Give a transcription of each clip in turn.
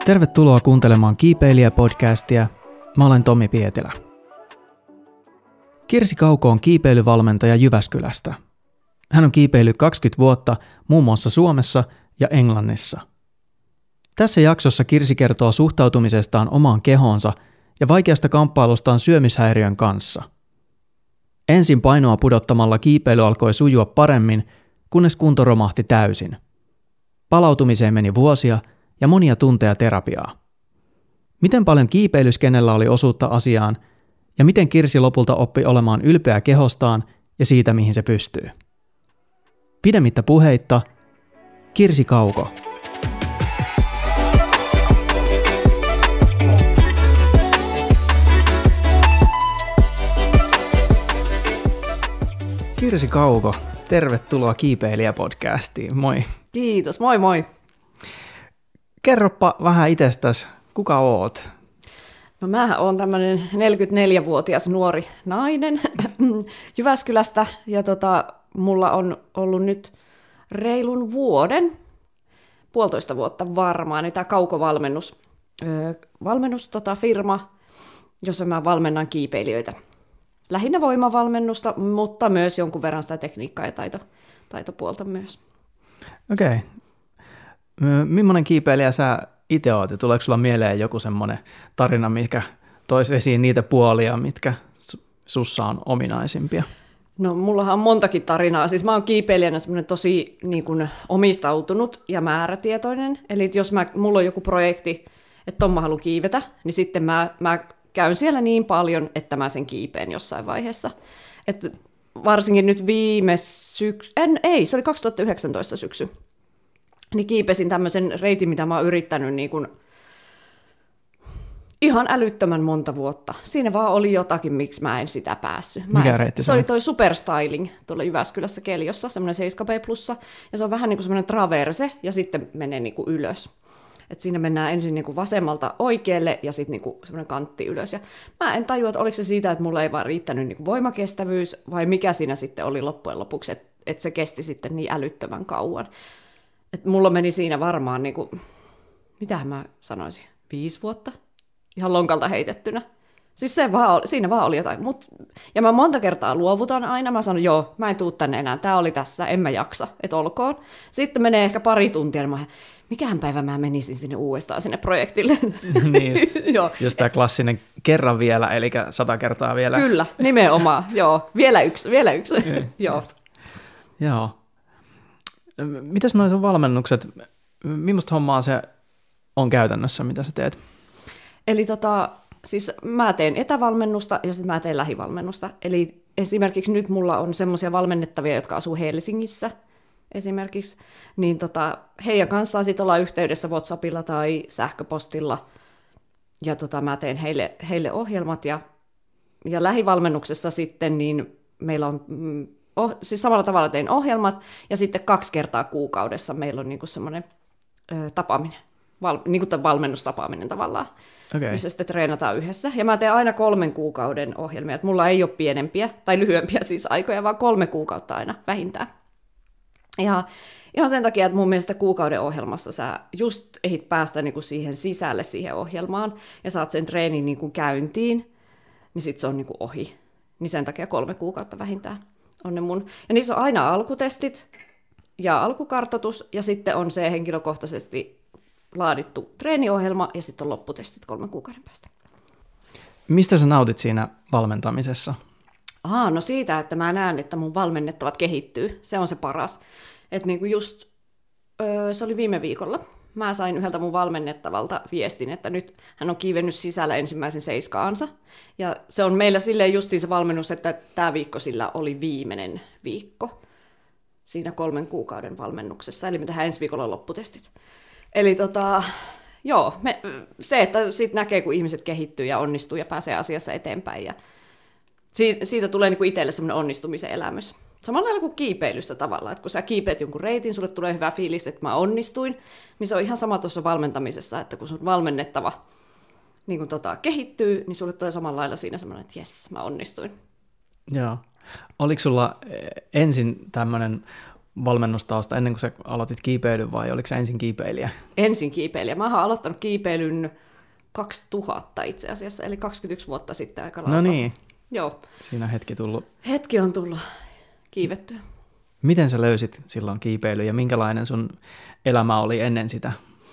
Tervetuloa kuuntelemaan Kiipeilijä-podcastia. Mä olen Tomi Pietilä. Kirsi Kauko on kiipeilyvalmentaja Jyväskylästä. Hän on kiipeillyt 20 vuotta muun muassa Suomessa ja Englannissa. Tässä jaksossa Kirsi kertoo suhtautumisestaan omaan kehoonsa ja vaikeasta kamppailustaan syömishäiriön kanssa. Ensin painoa pudottamalla kiipeily alkoi sujua paremmin, kunnes kunto romahti täysin. Palautumiseen meni vuosia ja monia tunteja terapiaa. Miten paljon kiipeilyskenellä oli osuutta asiaan ja miten Kirsi lopulta oppi olemaan ylpeä kehostaan ja siitä, mihin se pystyy. Pidemmittä puheitta, Kirsi Kauko. Kirsi Kauko, tervetuloa Kiipeilijä-podcastiin. Moi. Kiitos, moi moi. Kerropa vähän itsestäsi, kuka oot? No mähän oon tämmönen 44-vuotias nuori nainen Jyväskylästä ja mulla on ollut nyt reilun vuoden, 1,5 vuotta varmaan, niin tää Kauko-valmennus, firma, jossa mä valmennan kiipeilijöitä. Lähinnä voimavalmennusta, mutta myös jonkun verran sitä tekniikkaa ja taitopuolta myös. Okei. Millainen kiipeilijä sä itse oot ja tuleeko sulla mieleen joku semmoinen tarina, mikä toisi esiin niitä puolia, mitkä sussa on ominaisimpia? No mullahan on montakin tarinaa. Siis mä oon kiipeilijänä semmoinen tosi niin kuin omistautunut ja määrätietoinen. Eli jos mulla on joku projekti, että ton mä haluan kiivetä, niin sitten mä käyn siellä niin paljon, että mä sen kiipeen jossain vaiheessa. Et varsinkin nyt se oli 2019 syksy. Niin kiipesin tämmöisen reitin, mitä mä oon yrittänyt niin kuin ihan älyttömän monta vuotta. Siinä vaan oli jotakin, miksi mä en sitä päässyt. Mikä reitti se oli toi Superstyling tuolla Jyväskylässä Keljossa, semmoinen 7B+, ja se on vähän niin kuin semmoinen traverse, ja sitten menee niin kuin ylös. Et siinä mennään ensin niin kuin vasemmalta oikealle, ja sitten niin kuin semmoinen kantti ylös. Ja mä en tajua, että oliko se siitä, että mulla ei vaan riittänyt niin kuin voimakestävyys, vai mikä siinä sitten oli loppujen lopuksi, että se kesti sitten niin älyttömän kauan. Et mulla meni siinä varmaan, mitähän mä sanoisin, 5 vuotta? Ihan lonkalta heitettynä. Siis siinä vaan oli jotain. Ja mä monta kertaa luovutan aina. Mä sanon, joo, mä en tuu tänne enää. Tää oli tässä, en mä jaksa, et olkoon. Sitten menee ehkä pari tuntia, ja mikähän päivä mä menisin sinne uudestaan sinne projektille. Niin just tää klassinen kerran vielä, eli 100 kertaa vielä. Kyllä, nimenomaan, joo. Vielä yksi. Joo. Joo. Mitäs noi sun valmennukset, millaista hommaa se on käytännössä, mitä sä teet? Eli siis mä teen etävalmennusta ja sitten mä teen lähivalmennusta. Eli esimerkiksi nyt mulla on semmoisia valmennettavia, jotka asuu Helsingissä esimerkiksi, niin heidän kanssaan sit ollaan yhteydessä WhatsAppilla tai sähköpostilla, ja mä teen heille ohjelmat, ja lähivalmennuksessa sitten niin meillä on siis samalla tavalla tein ohjelmat, ja sitten 2 kertaa kuukaudessa meillä on niinku semmoinen tapaaminen, niinku valmennustapaaminen tavallaan, missä sitten treenataan yhdessä. Ja mä teen aina 3 kuukauden ohjelmia, että mulla ei ole pienempiä tai lyhyempiä siis aikoja, vaan 3 kuukautta aina vähintään. Ja ihan sen takia, että mun mielestä kuukauden ohjelmassa sä just ehdit päästä niinku siihen sisälle siihen ohjelmaan, ja saat sen treenin niinku käyntiin, niin sit se on niinku ohi. Niin sen takia 3 kuukautta vähintään. On ne mun. Ja niissä on aina alkutestit ja alkukartoitus, ja sitten on se henkilökohtaisesti laadittu treeniohjelma, ja sitten on lopputestit 3 kuukauden päästä. Mistä sä nautit siinä valmentamisessa? No siitä, että mä näen, että mun valmennettavat kehittyy. Se on se paras. Että niinku just, se oli viime viikolla. Mä sain yhdeltä mun valmennettavalta viestin, että nyt hän on kiivennyt sisällä ensimmäisen 7-ansa. Ja se on meillä silleen justiin se valmennus, että tämä viikko sillä oli viimeinen viikko siinä 3 kuukauden valmennuksessa. Eli me tehdään ensi viikolla lopputestit. Eli se, että sit näkee, kun ihmiset kehittyy ja onnistuu ja pääsee asiassa eteenpäin. Ja siitä tulee niinku itselle semmoinen onnistumisen elämys. Samalla lailla kuin kiipeilystä tavallaan, että kun sä kiipeät jonkun reitin, sulle tulee hyvä fiilis, että mä onnistuin, niin se on ihan sama tuossa valmentamisessa, että kun sun valmennettava niin kun kehittyy, niin sulle tulee samalla lailla siinä semmoinen, että jes, mä onnistuin. Joo. Oliko sulla ensin tämmöinen valmennustausta ennen kuin sä aloitit kiipeilyn vai oliko sä ensin kiipeilijä? Ensin kiipeilijä. Mä oon aloittanut kiipeilyn 2000 itse asiassa, eli 21 vuotta sitten aika lailla. No niin, joo. siinä hetki tullut. Hetki on tullut kiivettyä. Miten sä löysit silloin kiipeilyn ja minkälainen sun elämä oli ennen sitä?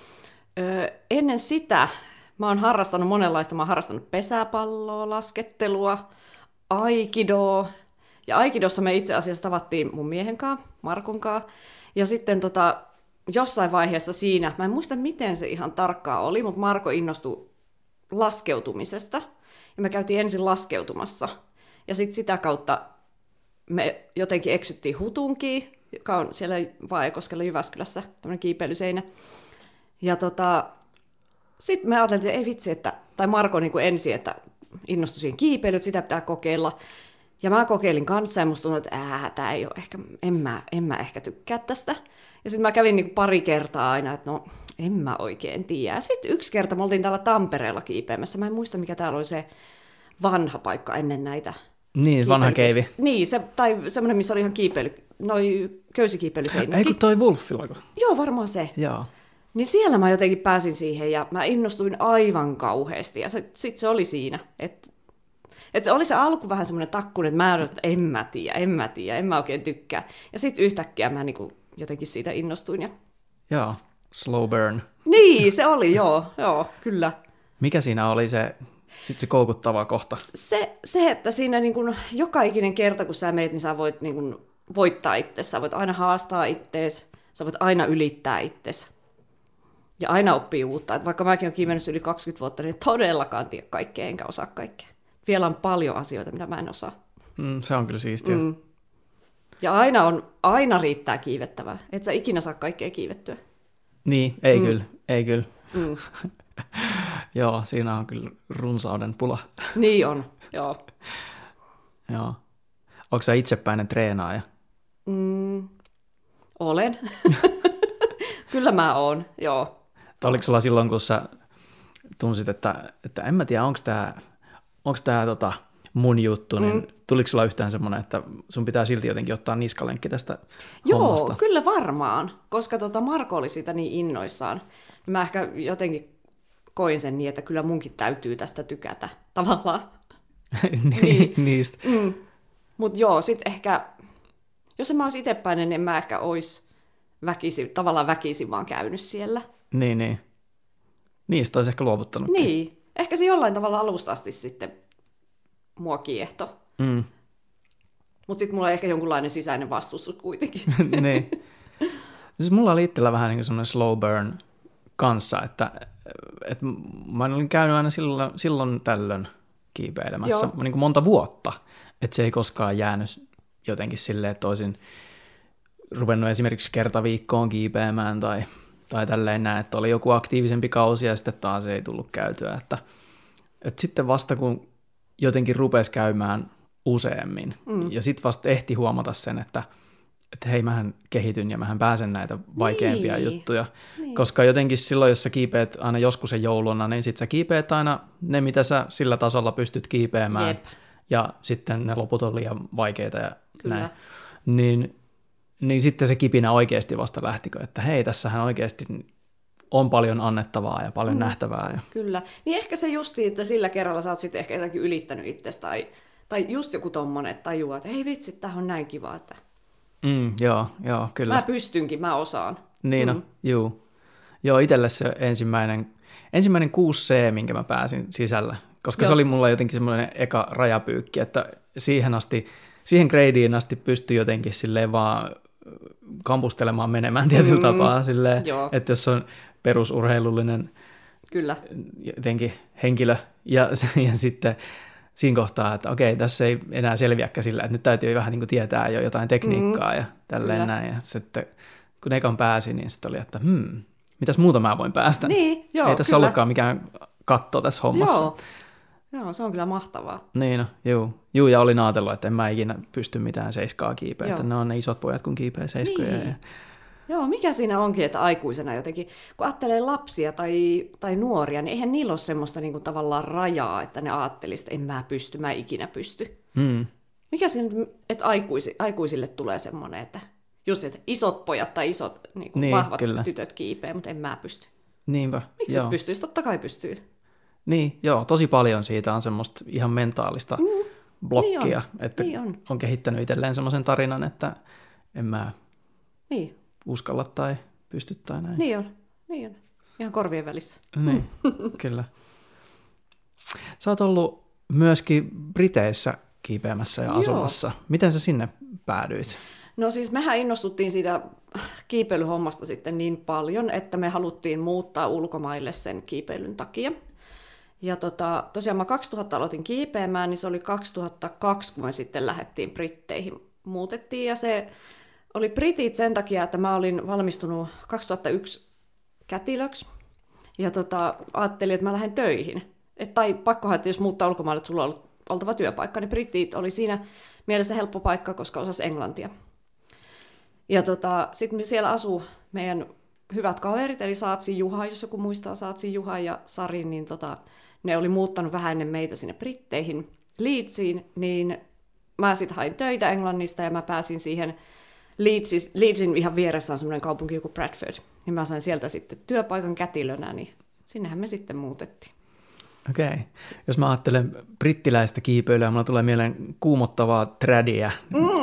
Ennen sitä mä oon harrastanut monenlaista. Mä oon harrastanut pesäpalloa, laskettelua, aikidoa. Ja aikidossa me itse asiassa tavattiin mun miehen kanssa, Markon kanssa. Ja sitten jossain vaiheessa siinä, mä en muista miten se ihan tarkkaan oli, mutta Marko innostui laskeutumisesta. Ja me käytiin ensin laskeutumassa. Ja sitten sitä kautta me jotenkin eksyttiin Hutunkiin, joka on siellä Vaajakoskella Jyväskylässä, tämmöinen kiipeilyseinä. Ja sitten me ajattelin, että ei vitsi, tai Marko niin kuin ensin, että innostui siihen kiipeilyyn, että sitä pitää kokeilla. Ja mä kokeilin kanssa ja musta tuntui, että tää ei ole ehkä, en mä ehkä tykkää tästä. Ja sitten mä kävin niin kuin pari kertaa aina, että no en mä oikein tiedä. Sitten yksi kerta me oltiin täällä Tampereella kiipeämässä. Mä en muista, mikä täällä oli se vanha paikka ennen näitä. Niin, vanha keivi. Niin, tai semmoinen, missä oli ihan köysikiipeilyseinä. Ei kun toi Wolfilako. Joo, varmaan se. Joo. Niin siellä mä jotenkin pääsin siihen ja mä innostuin aivan kauheasti. Ja sitten se oli siinä, että se oli se alku vähän semmoinen takkunen, että mä että en mä tiedä, en mä oikein tykkää. Ja sitten yhtäkkiä mä niinku jotenkin siitä innostuin. Joo, slow burn. Niin, se oli, joo, kyllä. Mikä siinä oli se koukuttava kohta? Se että siinä niin kun, joka ikinen kerta, kun sä meet, niin sä voit niin kun, voittaa itsesi. Sä voit aina haastaa ittees, sä voit aina ylittää itsesi. Ja aina oppii uutta. Et vaikka mäkin olen kiivennyt yli 20 vuotta, niin todellakaan tiedä kaikkea, enkä osaa kaikkea. Vielä on paljon asioita, mitä mä en osaa. Se on kyllä siistiä. Ja aina riittää kiivettävää. Et sä ikinä saa kaikkea kiivettyä. Niin, ei kyllä. Joo, siinä on kyllä runsauden pula. Niin on, joo. Joo. Onko sä itsepäinen treenaaja? Olen. Kyllä mä oon, joo. Oliko sulla silloin, kun sä tunsit, että en mä tiedä, onko tää mun juttu, niin tuliko sulla yhtään semmoinen, että sun pitää silti jotenkin ottaa niskalenkki tästä hommasta? Joo, kyllä varmaan, koska Marko oli siitä niin innoissaan. Mä ehkä jotenkin koin sen niin, että kyllä munkin täytyy tästä tykätä, tavallaan. Niin. Niistä. Mutta joo, sitten ehkä, jos en mä olisi itsepäinen, niin en mä ehkä olisi tavallaan väkisin vaan käynyt siellä. Niin. Niistä olisi ehkä luovuttanutkin. Niin, ehkä se jollain tavalla alusta asti sitten mua kiehto. Mutta sitten mulla on ehkä jonkunlainen sisäinen vastustus kuitenkin. Niin. Siis mulla oli itsellä vähän niin kuin semmoinen slow burn kanssa, että mä olin käynyt aina silloin tällöin kiipeilemässä niin kuin monta vuotta, että se ei koskaan jäänyt jotenkin silleen, että olisin ruvennut esimerkiksi kertaviikkoon kiipeämään tai tälleen näin, että oli joku aktiivisempi kausi ja sitten taas ei tullut käytyä, että sitten vasta kun jotenkin rupesi käymään useammin ja sitten vasta ehti huomata sen, että hei, mähän kehityn ja mähän pääsen näitä vaikeampia juttuja, koska jotenkin silloin, jos sä kiipeät aina joskus sen jouluna, niin sit sä kiipeät aina ne, mitä sä sillä tasolla pystyt kiipeämään, ja sitten ne loput on liian vaikeita ja näin. Niin sitten se kipinä oikeasti vasta lähtikö, että hei, tässähän oikeasti on paljon annettavaa ja paljon nähtävää. Kyllä, niin ehkä se justiin, että sillä kerralla sä oot sitten ehkä jotenkin ylittänyt itsesi, tai just joku tommonen, että tajuaa, että hei vitsi, tää on näin kiva, että joo, kyllä. Mä pystynkin, mä osaan. Niin juu. Joo, itselle se ensimmäinen 6C, minkä mä pääsin sisällä, koska se oli mulla jotenkin semmoinen eka rajapyykki, että siihen gradeen asti pystyi jotenkin silleen vaan kampustelemaan menemään tietyllä tapaa silleen, että jos on perusurheilullinen jotenkin henkilö ja sitten siinä kohtaa, että okei, tässä ei enää selviäkään sillä, että nyt täytyy vähän niin kuin tietää jo jotain tekniikkaa ja tälleen näin. Ja sitten kun ekan pääsi, niin sitten oli, että mitäs muuta mä voin päästä? Niin, joo, ei tässä ollutkaan mikään katto tässä hommassa. Joo, se on kyllä mahtavaa. Niin, no, juu, ja olin ajatellut, että en mä ikinä pysty mitään seiskaa kiipeä, että ne on ne isot pojat, kun kiipeä seiskoja. Niin. Joo, mikä siinä onkin, että aikuisena jotenkin, kun ajattelee lapsia tai nuoria, niin eihän niillä ole semmoista niin kuin tavallaan rajaa, että ne ajattelisi, että en mä pysty, mä ikinä pysty. Mikä siinä, että aikuisille tulee semmoinen, että just että isot pojat tai isot niin, vahvat kyllä. tytöt kiipeä, mutta en mä pysty. Niinpä. Miksi et pystyisi? Totta kai pystyy. Niin, joo, tosi paljon siitä on semmoista ihan mentaalista blokkia, niin että on kehittänyt itselleen semmoisen tarinan, että en mä uskalla tai pysty tai näin. Niin on. Ihan korvien välissä. Niin, kyllä. Sä oot ollut myöskin Briteissä kiipeämässä ja asumassa. Joo. Miten sä sinne päädyit? No siis mehän innostuttiin siitä kiipeilyhommasta sitten niin paljon, että me haluttiin muuttaa ulkomaille sen kiipeilyn takia. Ja tosiaan mä 2000 aloitin kiipeämään, niin se oli 2002, kun me sitten lähdettiin Britteihin. Muutettiin ja se oli britit sen takia, että mä olin valmistunut 2001 kätilöksi. Ja ajattelin, että mä lähden töihin. Tai pakkohan, että jos muuttaa ulkomaille, että sulla on oltava työpaikka, niin britit oli siinä mielessä helppo paikka, koska osasi englantia. Ja sitten siellä asuu meidän hyvät kaverit, eli Saatsin Juha, jos joku muistaa Saatsin Juha ja Sarin, niin ne oli muuttanut vähän ennen meitä sinne Britteihin Leedsiin, niin mä sitten hain töitä Englannista ja mä pääsin siihen Leedsin ihan vieressä on semmoinen kaupunki kuin Bradford, niin mä sain sieltä sitten työpaikan kätilönä, niin sinnehän me sitten muutettiin. Okei. Jos mä ajattelen brittiläistä kiipeilyä, mulla tulee mieleen kuumottavaa trädiä.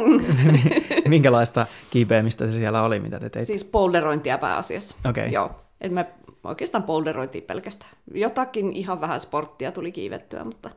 Minkälaista kiipeämistä se siellä oli, mitä te teitte? Siis boulderointia pääasiassa. Okei. Joo. Et me oikeastaan boulderointia pelkästään. Jotakin ihan vähän sporttia tuli kiivettyä, mutta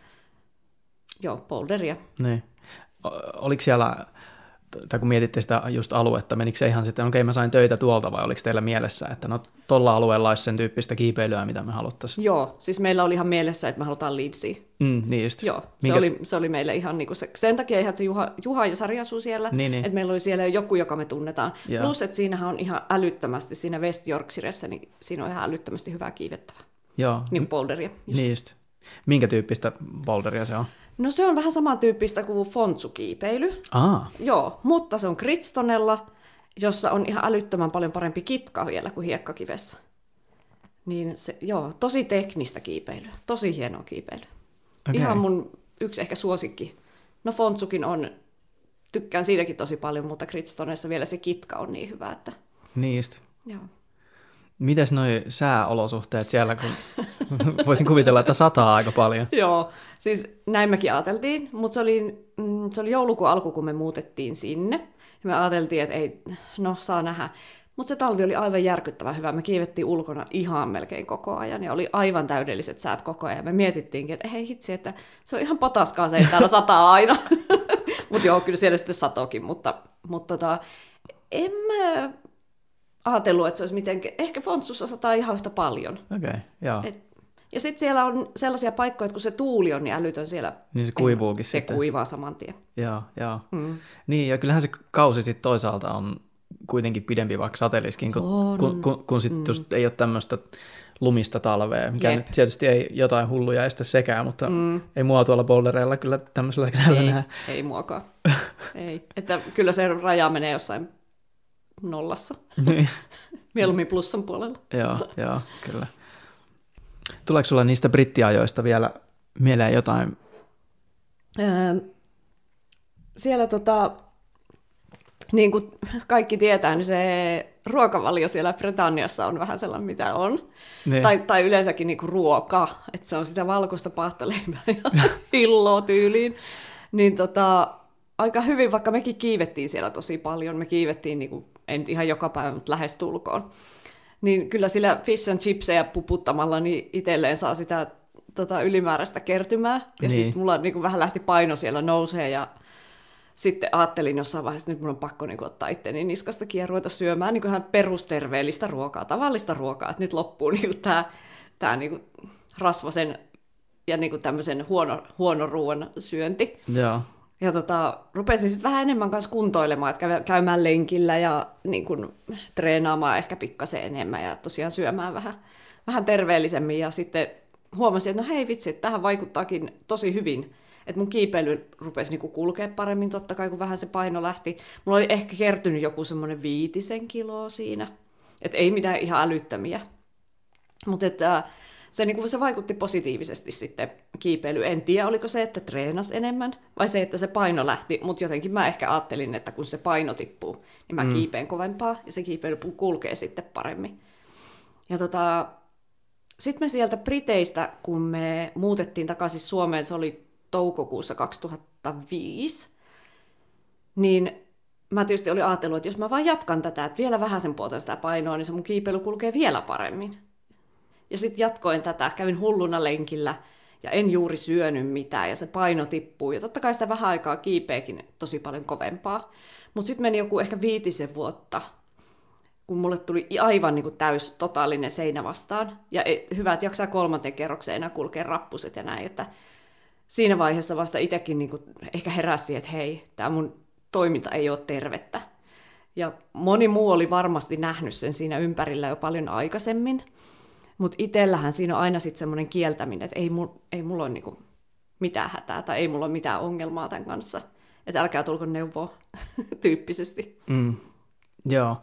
joo, boulderia. Niin. Oliko siellä, tai kun mietitte sitä just aluetta, menikö se ihan sitten, okei, mä sain töitä tuolta, vai oliko teillä mielessä, että no tuolla alueella olisi sen tyyppistä kiipeilyä, mitä me haluttaisiin? Joo, siis meillä oli ihan mielessä, että me halutaan Leedsiin. Niin just. Joo, se oli meille ihan niin kuin se, sen takia ihan, että se Juha ja Sari asuu siellä, niin. Että meillä oli siellä joku, joka me tunnetaan. Joo. Plus, että siinähän on ihan älyttömästi, siinä West Yorkshiressä, niin siinä on ihan älyttömästi hyvää kiivettävää. Joo. Niin boulderia. Just. Niin just. Minkä tyyppistä boulderia se on? No se on vähän samantyyppistä kuin fontsukiipeily. Joo, mutta se on Gridstoneella, jossa on ihan älyttömän paljon parempi kitka vielä kuin hiekkakivessä. Niin se, joo, tosi teknistä kiipeilyä, tosi hienoa kiipeilyä. Okay. Ihan mun yksi ehkä suosikki. No fontsukin on, tykkään siitäkin tosi paljon, mutta Gridstoneessa vielä se kitka on niin hyvä, että... Niin just. Joo. Mites noi sääolosuhteet siellä, kun voisin kuvitella, että sataa aika paljon? Joo, siis näin mekin ajateltiin, mutta se oli joulukuun alku, kun me muutettiin sinne. Ja me ajateltiin, että ei, no saa nähdä. Mutta se talvi oli aivan järkyttävän hyvä. Me kiivettiin ulkona ihan melkein koko ajan ja oli aivan täydelliset säät koko ajan. Me mietittiinkin, että hei hitsi, että se on ihan potaskaa se, että täällä sataa aina. Mutta joo, kyllä siellä sitten satokin, mutta en mä ajatellut, että se olisi mitenkään, ehkä Fontsussa sataa ihan yhtä paljon. Okei, joo. Ja sitten siellä on sellaisia paikkoja, että kun se tuuli on niin älytön siellä. Niin se kuivuukin sitten. Se kuivaa saman tien. Joo. Niin, ja kyllähän se kausi sitten toisaalta on kuitenkin pidempi vaikka sateliskin, kun sitten just ei ole tämmöistä lumista talvea, mikä nyt tietysti ei jotain hulluja estä sekään, mutta ei mua tuolla bouldereilla kyllä tämmöisellä kesällä näe. Ei muakaan. Ei. Että kyllä se raja menee jossain nollassa. Niin. Mieluummin plussan puolella. Joo, kyllä. Tuleeko sulla niistä brittiajoista vielä mieleen jotain? Siellä niin kuin kaikki tietää, niin se ruokavalio siellä Britanniassa on vähän sellainen, mitä on. Tai yleensäkin niin kuin ruoka, että se on sitä valkoista pahtaleipää ja hilloa tyyliin. Niin aika hyvin, vaikka mekin kiivettiin siellä tosi paljon, me kiivettiin niin kuin, ei nyt ihan joka päivä, mutta lähestulkoon. Niin kyllä sillä fish and chipsejä puputtamalla niin itselleen saa sitä ylimääräistä kertymää. Ja sitten mulla niin kuin vähän lähti paino siellä nousee ja sitten ajattelin jossain vaiheessa, että nyt mun on pakko niin kuin ottaa itteni niskastakin ja ruveta syömään niin kuin ihan perusterveellistä ruokaa, tavallista ruokaa. Että nyt loppuu niin tämä niin kuin rasvasen ja niin kuin tämmöisen huono ruoan syönti. Joo. Ja rupesin sitten vähän enemmän kanssa kuntoilemaan, että käymään lenkillä ja niin kun, treenaamaan ehkä pikkasen enemmän ja tosiaan syömään vähän terveellisemmin. Ja sitten huomasin, että no hei vitsi, että tähän vaikuttaakin tosi hyvin. Että mun kiipeily rupesi niin kulkea paremmin totta kai, kun vähän se paino lähti. Mulla oli ehkä kertynyt joku semmoinen 5 kiloa siinä. Että ei mitään ihan älyttömiä. Mutta se, niin kuin se vaikutti positiivisesti sitten kiipeily. En tiedä, oliko se, että treenasi enemmän vai se, että se paino lähti, mutta jotenkin mä ehkä ajattelin, että kun se paino tippuu, niin mä kiipeen kovempaa ja se kiipeily kulkee sitten paremmin. Ja sitten me sieltä Briteistä, kun me muutettiin takaisin Suomeen, se oli toukokuussa 2005, niin mä tietysti olin ajatellut, että jos mä vaan jatkan tätä, että vielä vähän sen puolta sitä painoa, niin se mun kiipeily kulkee vielä paremmin. Ja sitten jatkoin tätä, kävin hulluna lenkillä ja en juuri syönyt mitään ja se paino tippuu. Ja totta kai sitä vähän aikaa kiipeekin tosi paljon kovempaa. Mutta sitten meni joku ehkä 5 vuotta, kun mulle tuli aivan niin kuin totaalinen seinä vastaan. Ja hyvä, että jaksaa 3. kerrokseen enää kulkea rappuset ja näin. Että siinä vaiheessa vasta itsekin niin kuin ehkä heräsi, että hei, tämä mun toiminta ei ole tervettä. Ja moni muu oli varmasti nähnyt sen siinä ympärillä jo paljon aikaisemmin. Mutta itsellähän siinä on aina sitten semmoinen kieltäminen, että ei mulla ole niinku mitään hätää tai ei mulla ole mitään ongelmaa tämän kanssa. Että älkää tulko neuvoa tyyppisesti. Joo.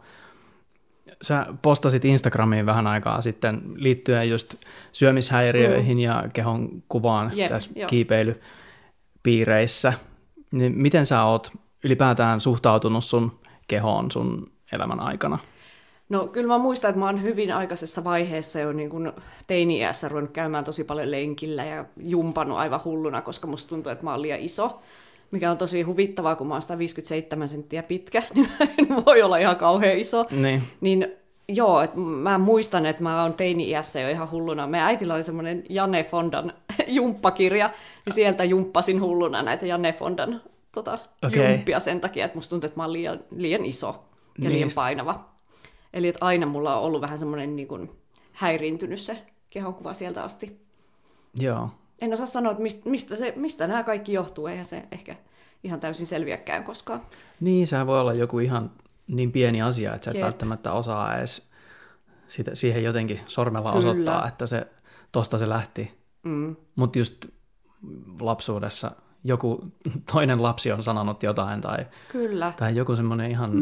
Sä postasit Instagramiin vähän aikaa sitten liittyen just syömishäiriöihin ja kehon kuvaan tässä kiipeilypiireissä. Niin miten sä oot ylipäätään suhtautunut sun kehoon sun elämän aikana? No kyllä mä muistan, että mä oon hyvin aikaisessa vaiheessa jo niin kuin teini-iässä ruvennut käymään tosi paljon lenkillä ja jumpannut aivan hulluna, koska musta tuntuu, että mä oon liian iso, mikä on tosi huvittavaa, kun mä oon 157 senttiä pitkä, niin mä en voi olla ihan kauhean iso. Niin joo, että mä muistan, että mä oon teini-iässä jo ihan hulluna. Meidän äitillä oli semmoinen Janne Fondan jumppakirja, niin sieltä jumppasin hulluna näitä Janne Fondan jumppia sen takia, että musta tuntuu, että mä oon liian iso ja liian painava. Eli että aina mulla on ollut vähän semmoinen niin kuin häiriintynyt se kehonkuva sieltä asti. Joo. En osaa sanoa, että mistä nämä kaikki johtuu, eihän se ehkä ihan täysin selviäkään koskaan. Niin, sehän voi olla joku ihan niin pieni asia, että sä et välttämättä osaa edes siihen jotenkin sormella osoittaa, että tosta se lähti. Mutta just lapsuudessa joku toinen lapsi on sanonut jotain tai joku semmoinen ihan...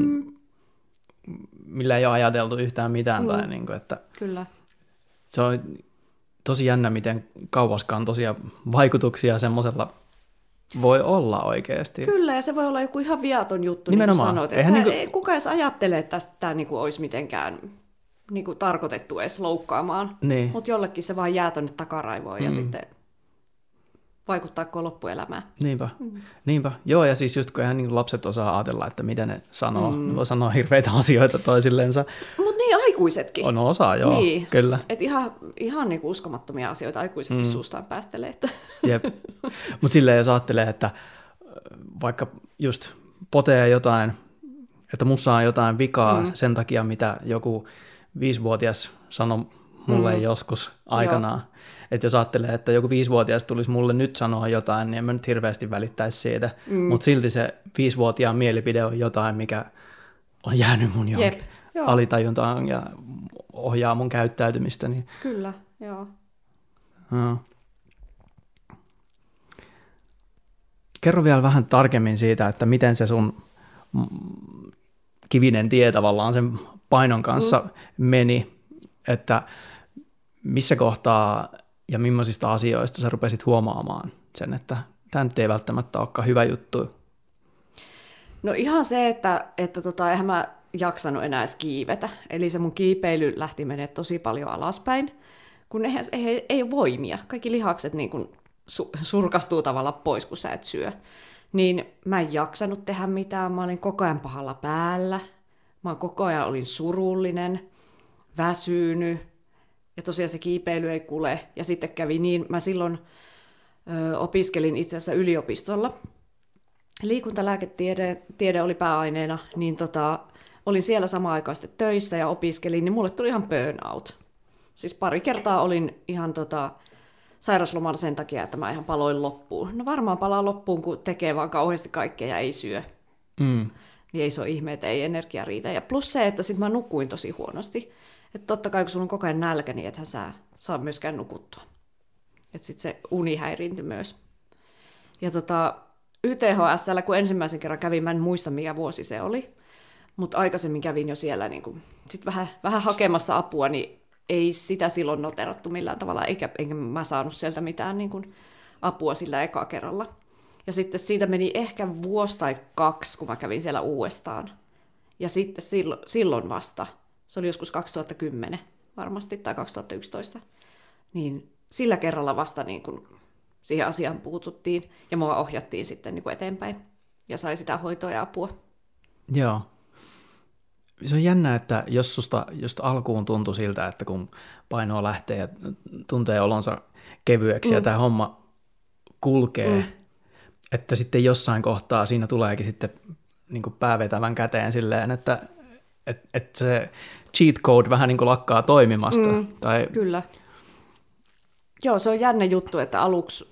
millä ei ole ajateltu yhtään mitään. Tai niin kuin, että Kyllä. Se on tosi jännä, miten kauaskantoisia vaikutuksia semmoisella voi olla oikeasti. Kyllä, ja se voi olla joku ihan viaton juttu, nimenomaan. Niin kuin sanoit. Ei kukaan edes ajattele, että tämä niin kuin olisi mitenkään niin kuin tarkoitettu edes loukkaamaan. Niin. Mutta jollekin se vaan jää tuonne takaraivoon ja sitten vaikuttaa koko loppuelämään. Niinpä. Joo, ja siis just kun ihan niin lapset osaa ajatella, että mitä ne sanoo. Ne voi sanoa hirveitä asioita toisillensa. Mutta niin aikuisetkin. On osaa, joo, niin. Kyllä. Et ihan niin kuin uskomattomia asioita aikuisetkin suustaan päästelee. Että. Jep. Mutta silleen jos ajattelee, että vaikka just potee jotain, että mussa on jotain vikaa sen takia, mitä joku 5-vuotias sanoi mulle joskus aikanaan. Että jos ajattelee, että joku 5-vuotias tulisi mulle nyt sanoa jotain, niin en mä nyt hirveästi välittäisi siitä. Mutta silti se 5-vuotiaan mielipide on jotain, mikä on jäänyt mun johonkin alitajuntaan ja ohjaa mun käyttäytymistä. Niin... Kyllä, joo. Kerro vielä vähän tarkemmin siitä, että miten se sun kivinen tie tavallaan sen painon kanssa meni, että missä kohtaa ja millaisista asioista sä rupesit huomaamaan sen, että tämä nyt ei välttämättä olekaan hyvä juttu? No ihan se, että eihän mä jaksanut enää edes kiivetä. Eli se mun kiipeily lähti menemään tosi paljon alaspäin, kun ei ole voimia. Kaikki lihakset niin kuin surkastuu tavallaan pois, kun sä et syö. Niin mä en jaksanut tehdä mitään. Mä olin koko ajan pahalla päällä. Mä koko ajan olin surullinen, väsynyt. Ja tosiaan se kiipeily ei kule. Ja sitten kävi niin, mä silloin opiskelin itse asiassa yliopistolla. Liikuntalääketiede oli pääaineena, niin olin siellä samaan aikaan töissä ja opiskelin, niin mulle tuli ihan burnout. Siis pari kertaa olin ihan sairaslomalla sen takia, että mä ihan paloin loppuun. No varmaan palaa loppuun, kun tekee vaan kauheasti kaikkea ja ei syö. Niin ei se ole ihme, että ei energia riitä. Ja plus se, että sit mä nukuin tosi huonosti. Että totta kai, kun sulla on koko ajan nälkä, niin ethän sä saa myöskään nukuttua. Että sit se uni häiriintyi myös. Ja YTHS:llä, kun ensimmäisen kerran kävin, mä en muista mikä vuosi se oli, mutta aikaisemmin kävin jo siellä niin sit vähän hakemassa apua, niin ei sitä silloin noterattu millään tavalla, enkä mä saanut sieltä mitään niin kuin apua sillä ekaa kerralla. Ja sitten siitä meni ehkä vuosi tai 2, kun mä kävin siellä uudestaan. Ja sitten silloin vasta, se oli joskus 2010 varmasti, tai 2011, niin sillä kerralla vasta niin kun siihen asiaan puututtiin, ja mua ohjattiin sitten niin kun eteenpäin, ja sai sitä hoitoa ja apua. Joo. Se on jännä, että jos susta just alkuun tuntui siltä, että kun painoa lähtee ja tuntee olonsa kevyeksi ja tämä homma kulkee, että sitten jossain kohtaa siinä tuleekin sitten niin kuin päävetävän käteen silleen, että se cheat code vähän niin kuin lakkaa toimimasta. Tai... Kyllä. Joo, se on jännä juttu, että aluksi,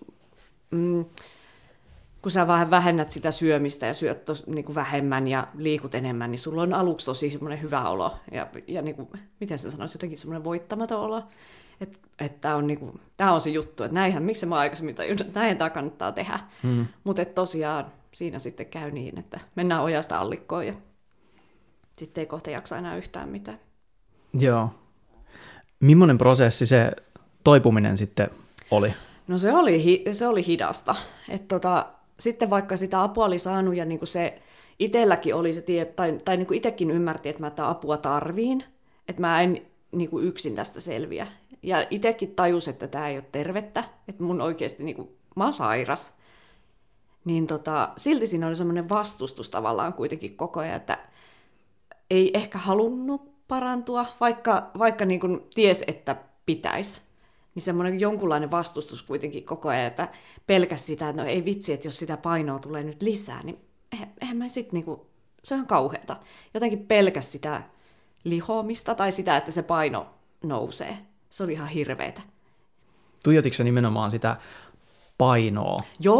kun sä vähän vähennät sitä syömistä ja syöt niin kuin vähemmän ja liikut enemmän, niin sulla on aluksi tosi semmoinen hyvä olo. Ja niin kuin, miten sä sanoisit, jotenkin semmoinen voittamaton olo. Että tämä on se juttu, että näinhän, miksi mä aikaisemmin tajunnut, että näin tämä kannattaa tehdä. Mutta tosiaan siinä sitten käy niin, että mennään ojasta allikkoon ja sitten ei kohta jaksa enää yhtään mitään. Joo. Millainen prosessi se toipuminen sitten oli? No se oli hidasta. Sitten vaikka sitä apua oli saanut ja niin kuin se itselläkin oli se tai niin kuin itsekin ymmärti, että mä tätä apua tarviin, että mä en niin kuin yksin tästä selviä. Ja itsekin tajus, että tämä ei ole tervettä, että mun oikeasti niin kuin, mä oon sairas. Niin silti siinä oli semmoinen vastustus tavallaan kuitenkin koko ajan, että ei ehkä halunnut parantua, vaikka niin kuin ties, että pitäisi. Niin semmoinen jonkunlainen vastustus kuitenkin koko ajan, että pelkäsi sitä, että no ei vitsi, että jos sitä painoa tulee nyt lisää, niin eihän mä sit niinku, se on kauheata. Jotenkin pelkäsi sitä lihoamista tai sitä, että se paino nousee. Se oli ihan hirveetä. Tuijotitko nimenomaan sitä painoa?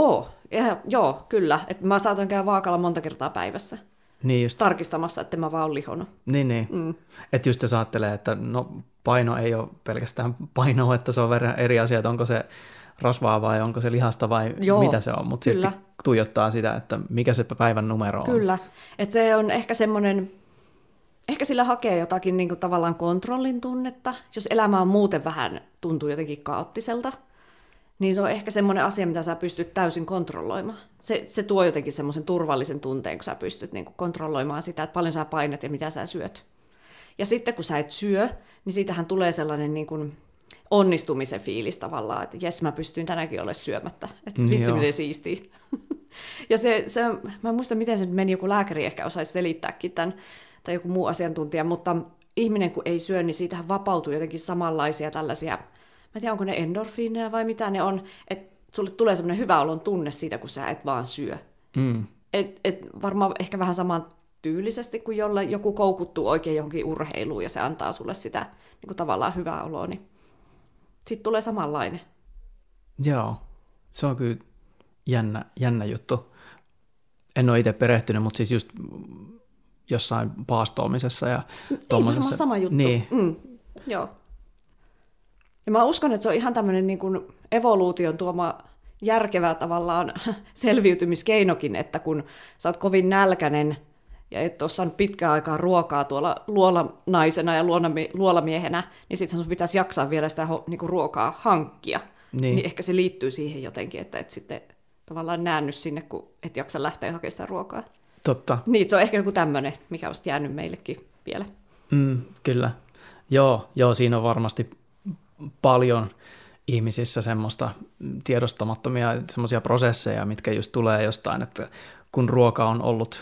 Joo, kyllä. Et mä saatoin käydä vaakalla monta kertaa päivässä. Niin just. Tarkistamassa, että mä vaan oon lihonut. Niin. Että just jos ajattelee, että no paino ei ole pelkästään painoa, että se on verran eri asia, että onko se rasvaa vai onko se lihasta vai mitä se on, mutta sitten tuijottaa sitä, että mikä se päivän numero on. Kyllä, että se on ehkä semmoinen, ehkä sillä hakee jotakin niin kuin tavallaan kontrollin tunnetta, jos elämä on muuten vähän tuntuu jotenkin kaoottiselta, niin se on ehkä semmoinen asia, mitä sä pystyt täysin kontrolloimaan. Se tuo jotenkin semmoisen turvallisen tunteen, kun sä pystyt niin kuin kontrolloimaan sitä, että paljon sä painat ja mitä sä syöt. Ja sitten kun sä et syö, niin siitähän tulee sellainen niin kuin onnistumisen fiilis tavallaan, että jes, mä pystyin tänäänkin olemaan syömättä. Että vitsi, miten siistiä. Ja mä en muista, miten se nyt meni, joku lääkäri ehkä osaisi selittääkin tämän, tai joku muu asiantuntija, mutta ihminen kun ei syö, niin siitähän vapautuu jotenkin samanlaisia tällaisia, mä en tiedä, onko ne endorfiineja vai mitä ne on, että sulle tulee semmoinen hyvä olon tunne siitä, kun sä et vaan syö. Et varmaan ehkä vähän saman tyylisesti, kun joku koukuttuu oikein johonkin urheiluun ja se antaa sulle sitä niin kuin tavallaan hyvää oloa, niin sitten tulee samanlainen. Joo, se on kyllä jännä juttu. En ole itse perehtynyt, mutta siis just jossain paastoamisessa ja tuommoisessa. Varmaan sama juttu. Niin. Joo. Ja mä uskon, että se on ihan tämmöinen niin kuin evoluution tuoma järkevä tavallaan selviytymiskeinokin, että kun sä oot kovin nälkäinen ja et ole saanut pitkään aikaa ruokaa tuolla luolanaisena ja luolamiehenä, niin sitten sun pitäisi jaksaa vielä sitä niin kuin ruokaa hankkia. Niin ehkä se liittyy siihen jotenkin, että et sitten tavallaan näänny sinne, kun et jaksa lähteä hakemaan sitä ruokaa. Totta. Niin, se on ehkä joku tämmöinen, mikä olisi jäänyt meillekin vielä. Kyllä. Joo, siinä on varmasti paljon ihmisissä semmoista tiedostamattomia semmoisia prosesseja, mitkä just tulee jostain, että kun ruoka on ollut,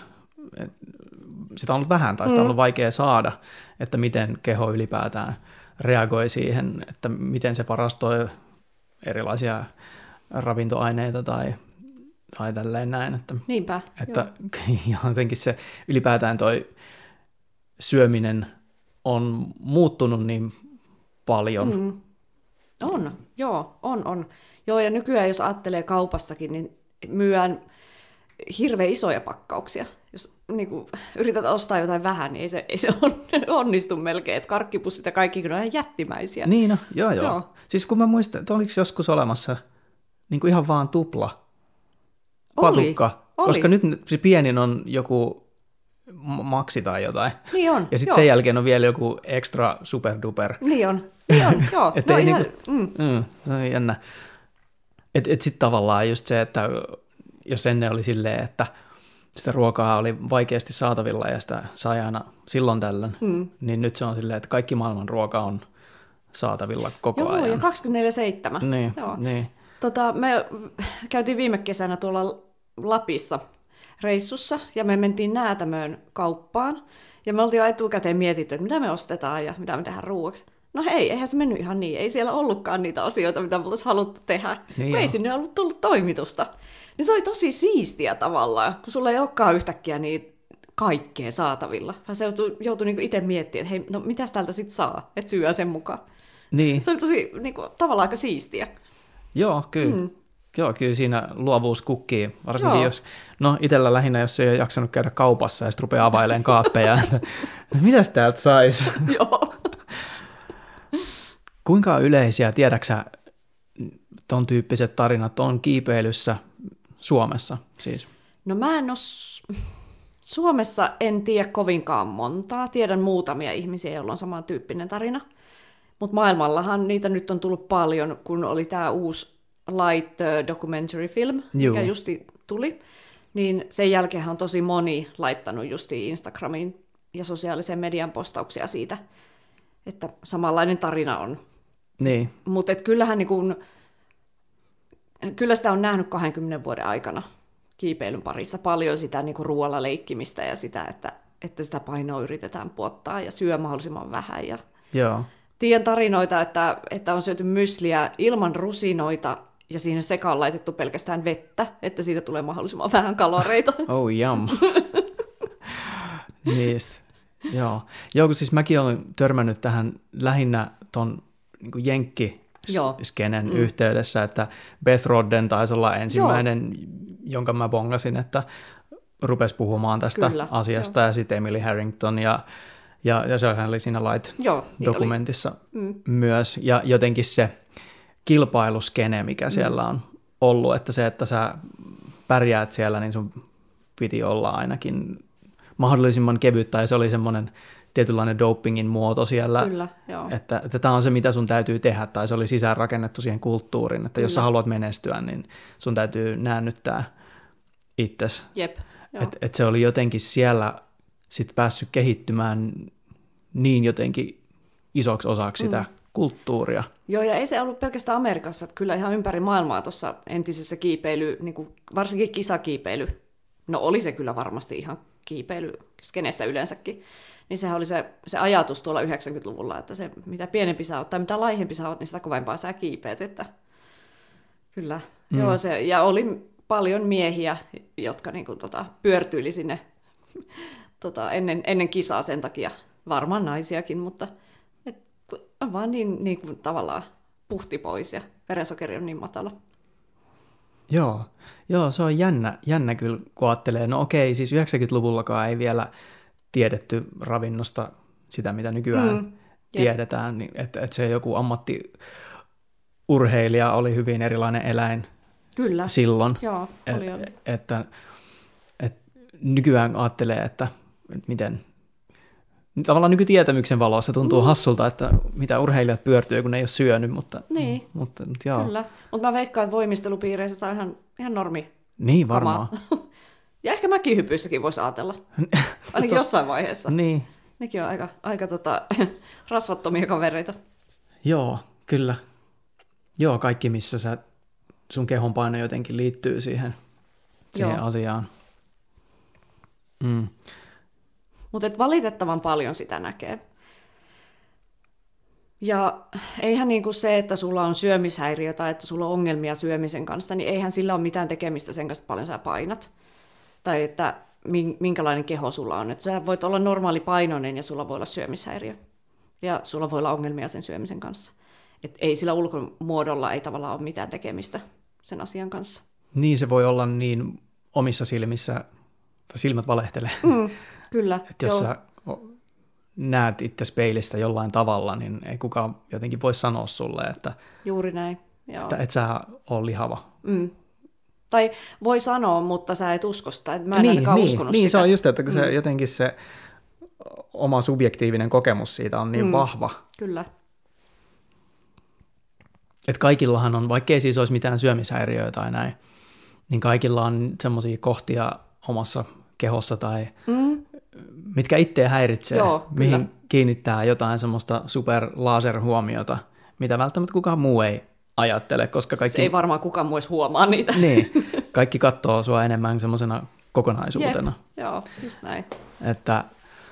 sitä on ollut vähän tai sitä on ollut vaikea saada, että miten keho ylipäätään reagoi siihen, että miten se varastoi erilaisia ravintoaineita tai tälleen näin. Että, niinpä. Että jotenkin se ylipäätään toi syöminen on muuttunut niin paljon. On. Joo, ja nykyään jos ajattelee kaupassakin, niin myydään hirveän isoja pakkauksia. Jos niin kuin, yrität ostaa jotain vähän, niin ei se onnistu melkein. Että karkkipussit ja kaikki on ihan jättimäisiä. Niin, no, joo. Siis kun mä muistan, että oliko joskus olemassa niin kuin ihan vaan tupla patukka. Oli. Koska nyt se pienin on joku maksi tai jotain. Niin on, ja sitten sen jälkeen on vielä joku extra superduper. Niin on, joo. No, se on jännä. Että sitten tavallaan just se, että jos ennen oli silleen, että sitä ruokaa oli vaikeasti saatavilla ja sitä sai aina silloin tällöin, niin nyt se on silleen, että kaikki maailman ruoka on saatavilla koko ajan. Joo, ja 24/7. Niin, joo. niin. Me käytiin viime kesänä tuolla Lapissa reissussa ja me mentiin Näätämöön kauppaan ja me oltiin jo etukäteen mietitty, että mitä me ostetaan ja mitä me tehdään ruuaksi. No hei, eihän se mennyt ihan niin. Ei siellä ollutkaan niitä asioita, mitä me oltaisiin haluttu tehdä. Niin ei sinne ollut tullut toimitusta. Niin se oli tosi siistiä tavallaan, kun sulla ei olekaan yhtäkkiä niitä kaikkea saatavilla. Vaan se joutui niinku itse miettimään, että hei, no mitäs täältä sit saa, että syö sen mukaan. Niin. Se oli tosi niinku, tavallaan aika siistiä. Joo, kyllä. Joo, kyllä siinä luovuus kukkii, varsinkin jos, no itsellä lähinnä, jos ei ole jaksanut käydä kaupassa ja sitten rupeaa availemaan kaappeja, että mitäs täältä saisi? Joo. Kuinka yleisiä, tiedäksä, ton tyyppiset tarinat on kiipeilyssä Suomessa siis? No mä en ole... Suomessa en tiedä kovinkaan montaa. Tiedän muutamia ihmisiä, joilla on samantyyppinen tarina. Mutta maailmallahan niitä nyt on tullut paljon, kun oli tämä uusi Light documentary film, mikä justi tuli. Niin sen jälkeen on tosi moni laittanut justi Instagramiin ja sosiaalisen median postauksia siitä, että samanlainen tarina on. Niin. Mutta kyllähän kyllä sitä on nähnyt 20 vuoden aikana kiipeilyn parissa paljon sitä ruoalla leikkimistä ja sitä, että sitä painoa yritetään puottaa ja syö mahdollisimman vähän. Ja Joo. tiedän tarinoita, että on syöty mysliä ilman rusinoita ja siinä sekaan laitettu pelkästään vettä, että siitä tulee mahdollisimman vähän kaloreita. Oh, yum. Niistä. Joo, kun siis mäkin olen törmännyt tähän lähinnä ton niin jenkkiskenen yhteydessä, että Beth Rodden taisi olla ensimmäinen, jonka mä bongasin, että rupesi puhumaan tästä asiasta, ja sitten Emily Harrington, ja sehän oli siinä Light-dokumentissa myös, ja jotenkin se kilpailuskene, mikä siellä on ollut, että se, että sä pärjäät siellä, niin sun piti olla ainakin mahdollisimman kevyt, tai se oli semmoinen tietynlainen dopingin muoto siellä, kyllä, että tämä on se, mitä sun täytyy tehdä, tai se oli sisäänrakennettu siihen kulttuuriin, että jos sä haluat menestyä, niin sun täytyy näännyttää itsesi. Jep. Että se oli jotenkin siellä sit päässyt kehittymään niin jotenkin isoksi osaksi sitä kulttuuria. Joo, ja ei se ollut pelkästään Amerikassa, että kyllä ihan ympäri maailmaa tuossa entisessä kiipeily, niin kuin varsinkin kisakiipeily, no oli se kyllä varmasti ihan kiipeilyskenessä yleensäkin, niin sehän oli se ajatus tuolla 90-luvulla, että se mitä pienempi sä oot tai mitä laihempi sä oot, niin sitä kovempaa sä kiipeät, että kyllä. Joo, ja oli paljon miehiä, jotka pyörtyili sinne ennen kisaa sen takia, varmaan naisiakin, mutta on vaan niin kuin tavallaan puhti pois ja verensokeri on niin matala. Joo, se on jännä kyllä, kun ajattelee, no okei, siis 90-luvullakaan ei vielä tiedetty ravinnosta sitä, mitä nykyään tiedetään, niin että se joku ammattiurheilija oli hyvin erilainen eläin kyllä. silloin. Joo, oli. Että nykyään ajattelee, että miten tavallaan nykytietämyksen valossa tuntuu hassulta, että mitä urheilijat pyörtyy, kun ne ei ole syönyt, mutta joo. Kyllä, mutta mä veikkaan, että voimistelupiireissä tämä on ihan normi. Niin, varmaan. Ja ehkä mäkihypyissäkin voisi ajatella, ainakin jossain vaiheessa. Niin. Nekin on aika rasvattomia kavereita. Joo, kyllä. Joo, kaikki missä sun kehon paino jotenkin liittyy siihen asiaan. Mutta valitettavan paljon sitä näkee. Ja eihän niinku se, että sulla on syömishäiriö tai että sulla on ongelmia syömisen kanssa, niin eihän sillä ole mitään tekemistä sen kanssa, että paljon sä painat. Tai että minkälainen keho sulla on. Että sä voit olla normaali painoinen ja sulla voi olla syömishäiriö. Ja sulla voi olla ongelmia sen syömisen kanssa. Et ei sillä ulkomuodolla ei tavallaan ole mitään tekemistä sen asian kanssa. Niin se voi olla niin omissa silmissä, silmät valehtelee. Kyllä. Että jos sä näet itse peilistä jollain tavalla, niin ei kukaan jotenkin voi sanoa sulle, että juuri näin. Joo. Että et sä ole lihava. Tai voi sanoa, mutta sä et usko sitä. Mä en ainakaan uskonut sitä. Niin, se on just, että se, jotenkin se oma subjektiivinen kokemus siitä on niin vahva. Kyllä. Että kaikillahan on, vaikkei siis olisi mitään syömishäiriöä tai näin, niin kaikilla on semmoisia kohtia omassa kehossa tai mitkä itseä häiritsee, mihin kiinnittää jotain semmoista superlaserhuomiota, mitä välttämättä kukaan muu ei ajattele, koska kaikki... Ei varmaan kukaan muu edes huomaa niitä. Niin, kaikki katsoo sua enemmän semmoisena kokonaisuutena. Joo, just näin. Että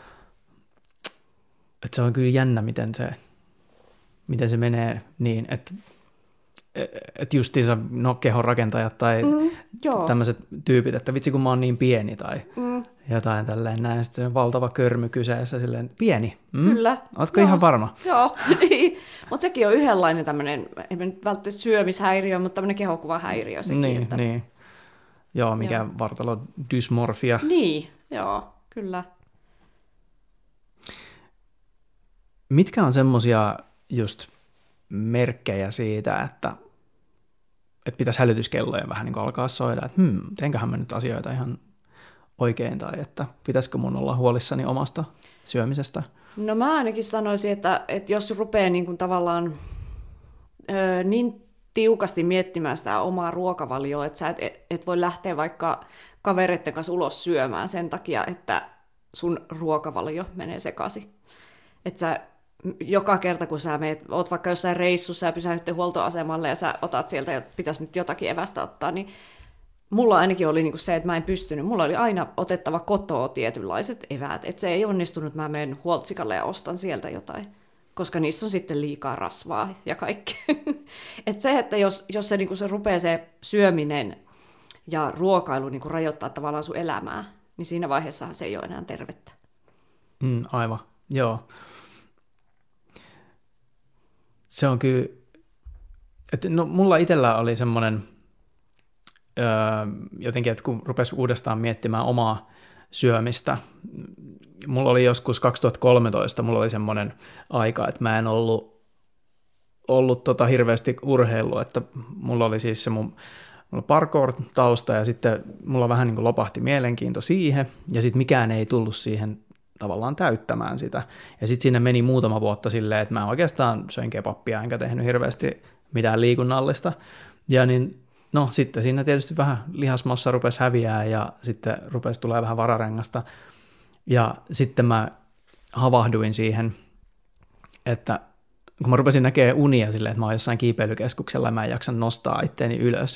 se on kyllä jännä, miten se menee niin, että justiinsa kehonrakentajat tai tämmöiset tyypit, että vitsi kun mä oon niin pieni tai jotain tälleen näin, sitten se on valtava körmy kyseessä silleen, pieni? Kyllä. Ootko ihan varma? Joo, niin. Mutta sekin on yhdenlainen tämmöinen, ei nyt välttämättä syömishäiriö, mutta tämmöinen kehokuvahäiriö sekin. Niin, että... niin. Joo, mikä vartalodysmorfia. Niin, joo, kyllä. Mitkä on semmoisia just merkkejä siitä, että pitäisi hälytyskellojen vähän niin kuin alkaa soida, että teenköhän mä nyt asioita ihan oikein, tai että pitäisikö mun olla huolissani omasta syömisestä? No mä ainakin sanoisin, että jos rupeaa niin kuin tavallaan niin tiukasti miettimään sitä omaa ruokavalioa, että sä et voi lähteä vaikka kavereiden kanssa ulos syömään sen takia, että sun ruokavalio menee sekaisin. Että sä joka kerta, kun sä oot vaikka jossain reissussa ja pysähdytte huoltoasemalle ja sä otat sieltä ja pitäisi nyt jotakin evästä ottaa, niin mulla ainakin oli niinku se, että mä en pystynyt. Mulla oli aina otettava kotoa tietynlaiset eväät. Että se ei onnistunut, mä menen huoltsikalle ja ostan sieltä jotain, koska niissä on sitten liikaa rasvaa ja kaikkea. Että se, että jos se, niinku se rupeaa se syöminen ja ruokailu niinku rajoittaa tavallaan sun elämää, niin siinä vaiheessahan se ei ole enää tervettä. Aivan, joo. Se on kyllä, että no mulla itsellä oli semmoinen jotenkin, että kun rupesi uudestaan miettimään omaa syömistä, mulla oli joskus 2013, mulla oli semmoinen aika, että mä en ollut hirveästi urheilua, että mulla oli siis se mulla parkour-tausta ja sitten mulla vähän niin kuin lopahti mielenkiinto siihen ja sitten mikään ei tullut siihen tavallaan täyttämään sitä. Ja sitten siinä meni muutama vuotta silleen, että mä oikeastaan söin kebappia enkä tehnyt hirveästi mitään liikunnallista. Ja niin, no sitten siinä tietysti vähän lihasmassa rupesi häviää ja sitten rupesi tulee vähän vararengasta. Ja sitten mä havahduin siihen, että kun mä rupesin näkemään unia silleen, että mä oon jossain kiipeilykeskuksella ja mä en jaksa nostaa itteeni ylös.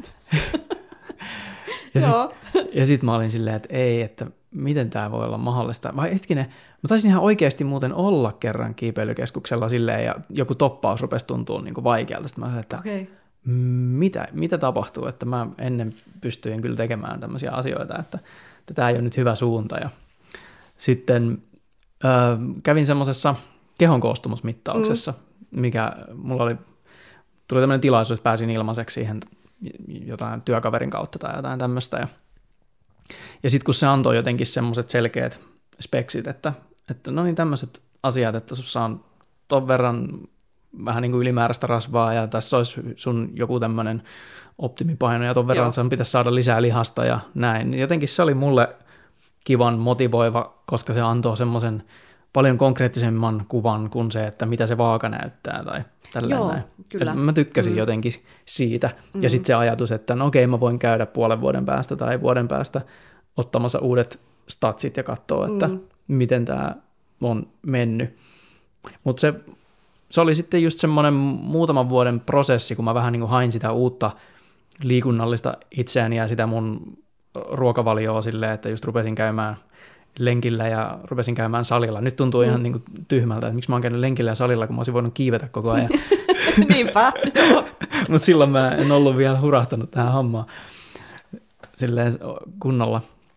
ja sitten mä olin silleen, että ei, että miten tämä voi olla mahdollista. Vai hetkinen, mä taisin ihan oikeasti muuten olla kerran kiipeilykeskuksella silleen, ja joku toppaus rupesi tuntua niin kuin vaikealta. Sitten mä sanoin, että mitä tapahtuu, että mä ennen pystyin kyllä tekemään tämmöisiä asioita, että tämä ei ole nyt hyvä suunta. Ja sitten kävin semmoisessa kehonkoostumusmittauksessa, mikä mulla tuli tämmöinen tilaisuus, että pääsin ilmaiseksi siihen jotain työkaverin kautta tai jotain tämmöistä, ja sitten kun se antoi jotenkin semmoiset selkeät speksit, että no niin tämmöiset asiat, että sussa on ton verran vähän niin kuin ylimääräistä rasvaa ja tässä olisi sun joku tämmöinen optimipaino ja ton verran sen pitäisi saada lisää lihasta ja näin. Niin jotenkin se oli mulle kivan motivoiva, koska se antoi semmoisen paljon konkreettisemman kuvan kuin se, että mitä se vaaka näyttää tai tälleen näin. Kyllä. Mä tykkäsin jotenkin siitä. Ja sitten se ajatus, että no okei, mä voin käydä puolen vuoden päästä tai vuoden päästä ottamassa uudet statsit ja katsoa, että miten tämä on mennyt. Mutta se oli sitten just semmoinen muutaman vuoden prosessi, kun mä vähän niin kuin hain sitä uutta liikunnallista itseäni ja sitä mun ruokavalioa silleen, että just rupesin käymään lenkillä ja rupesin käymään salilla. Nyt tuntuu ihan niin kuin tyhmältä, että miksi mä oon käynyt lenkillä ja salilla, kun mä olisin voinut kiivetä koko ajan. Niinpä, joo. Mutta silloin mä en ollut vielä hurahtanut tähän hommaan silleen kunnolla.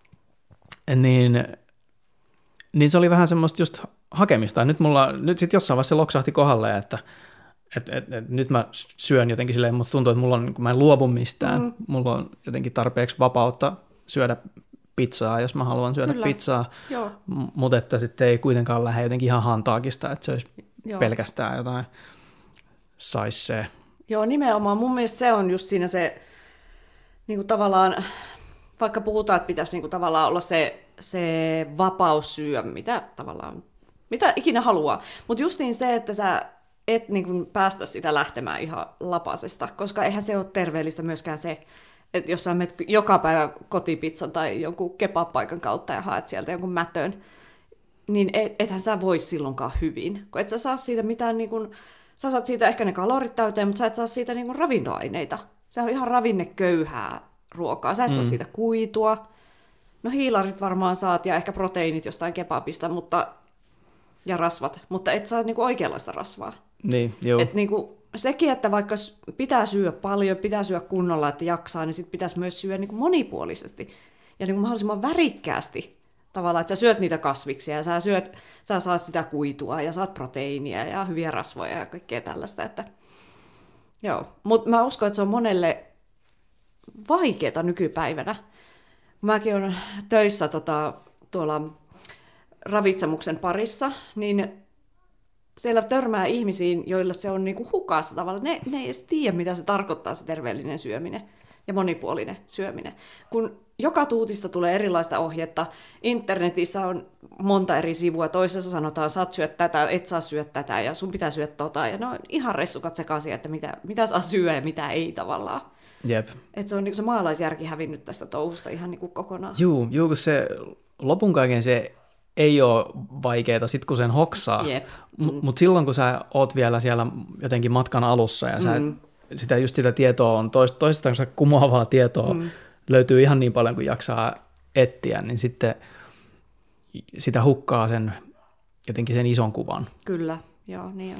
Niin se oli vähän semmoista just hakemista. Nyt sitten jossain vaiheessa se loksahti kohdalle, että nyt mä syön jotenkin silleen, mutta tuntuu, että mulla on, kun mä en luovu mistään, mulla on jotenkin tarpeeksi vapautta syödä pizzaa, jos mä haluan syödä pizzaa, mutta että sitten ei kuitenkaan lähde jotenkin ihan hantaakista, että se olisi pelkästään jotain saissee. Joo, nimenomaan. Mun mielestä se on just siinä se niin kuin tavallaan, vaikka puhutaan, että pitäisi niin kuin tavallaan olla se vapaus syödä, mitä ikinä haluaa. Mutta justiin se, että sä et niin kuin päästä sitä lähtemään ihan lapasesta, koska eihän se ole terveellistä myöskään se, että jos sä menet joka päivä kotipizzan tai jonkun kebab-paikan kautta ja haet sieltä jonkun mätön, niin ethän sä voi silloinkaan hyvin. Kun et sä saa siitä mitään, niin kuin, sä saat siitä ehkä ne kalorit täyteen, mutta sä et saa siitä niin kuin ravintoaineita. Se on ihan ravinneköyhää ruokaa. Sä et saa siitä kuitua. No hiilarit varmaan saat ja ehkä proteiinit jostain kebabista, ja rasvat, mutta et saa niin kuin oikeanlaista rasvaa. Niin, joo. Et niin kuin, sekin, että vaikka pitää syödä paljon, pitää syödä kunnolla, että jaksaa, niin sit pitäisi myös syödä niin kuin monipuolisesti ja niin kuin mahdollisimman värikkäästi. Tavallaan, että sä syöt niitä kasviksia ja sä saat sitä kuitua ja saat proteiinia ja hyviä rasvoja ja kaikkea tällaista. Että... Joo, mutta mä uskon, että se on monelle vaikeaa nykypäivänä. Mäkin olen töissä tuolla ravitsemuksen parissa, niin siellä törmää ihmisiin, joilla se on niinku hukassa tavallaan. Ne ei edes tiedä, mitä se tarkoittaa se terveellinen syöminen ja monipuolinen syöminen. Kun joka tuutista tulee erilaista ohjetta, internetissä on monta eri sivua, toisessa sanotaan, saat syödä tätä, et saa syödä tätä ja sun pitää syödä tota. Ja ne on ihan ressukat sekaisin, että mitä saa syödä ja mitä ei tavallaan. Jep. Että se on niinku se maalaisjärki hävinnyt tästä touhusta ihan niinku kokonaan. Juu, kun se lopun kaiken se ei ole vaikeaa sit kun sen hoksaa, mutta silloin kun sä oot vielä siellä jotenkin matkan alussa ja sitä tietoa on toistansa kumoavaa tietoa löytyy ihan niin paljon kuin jaksaa etsiä, niin sitten sitä hukkaa jotenkin sen ison kuvan. Kyllä, joo, niin on.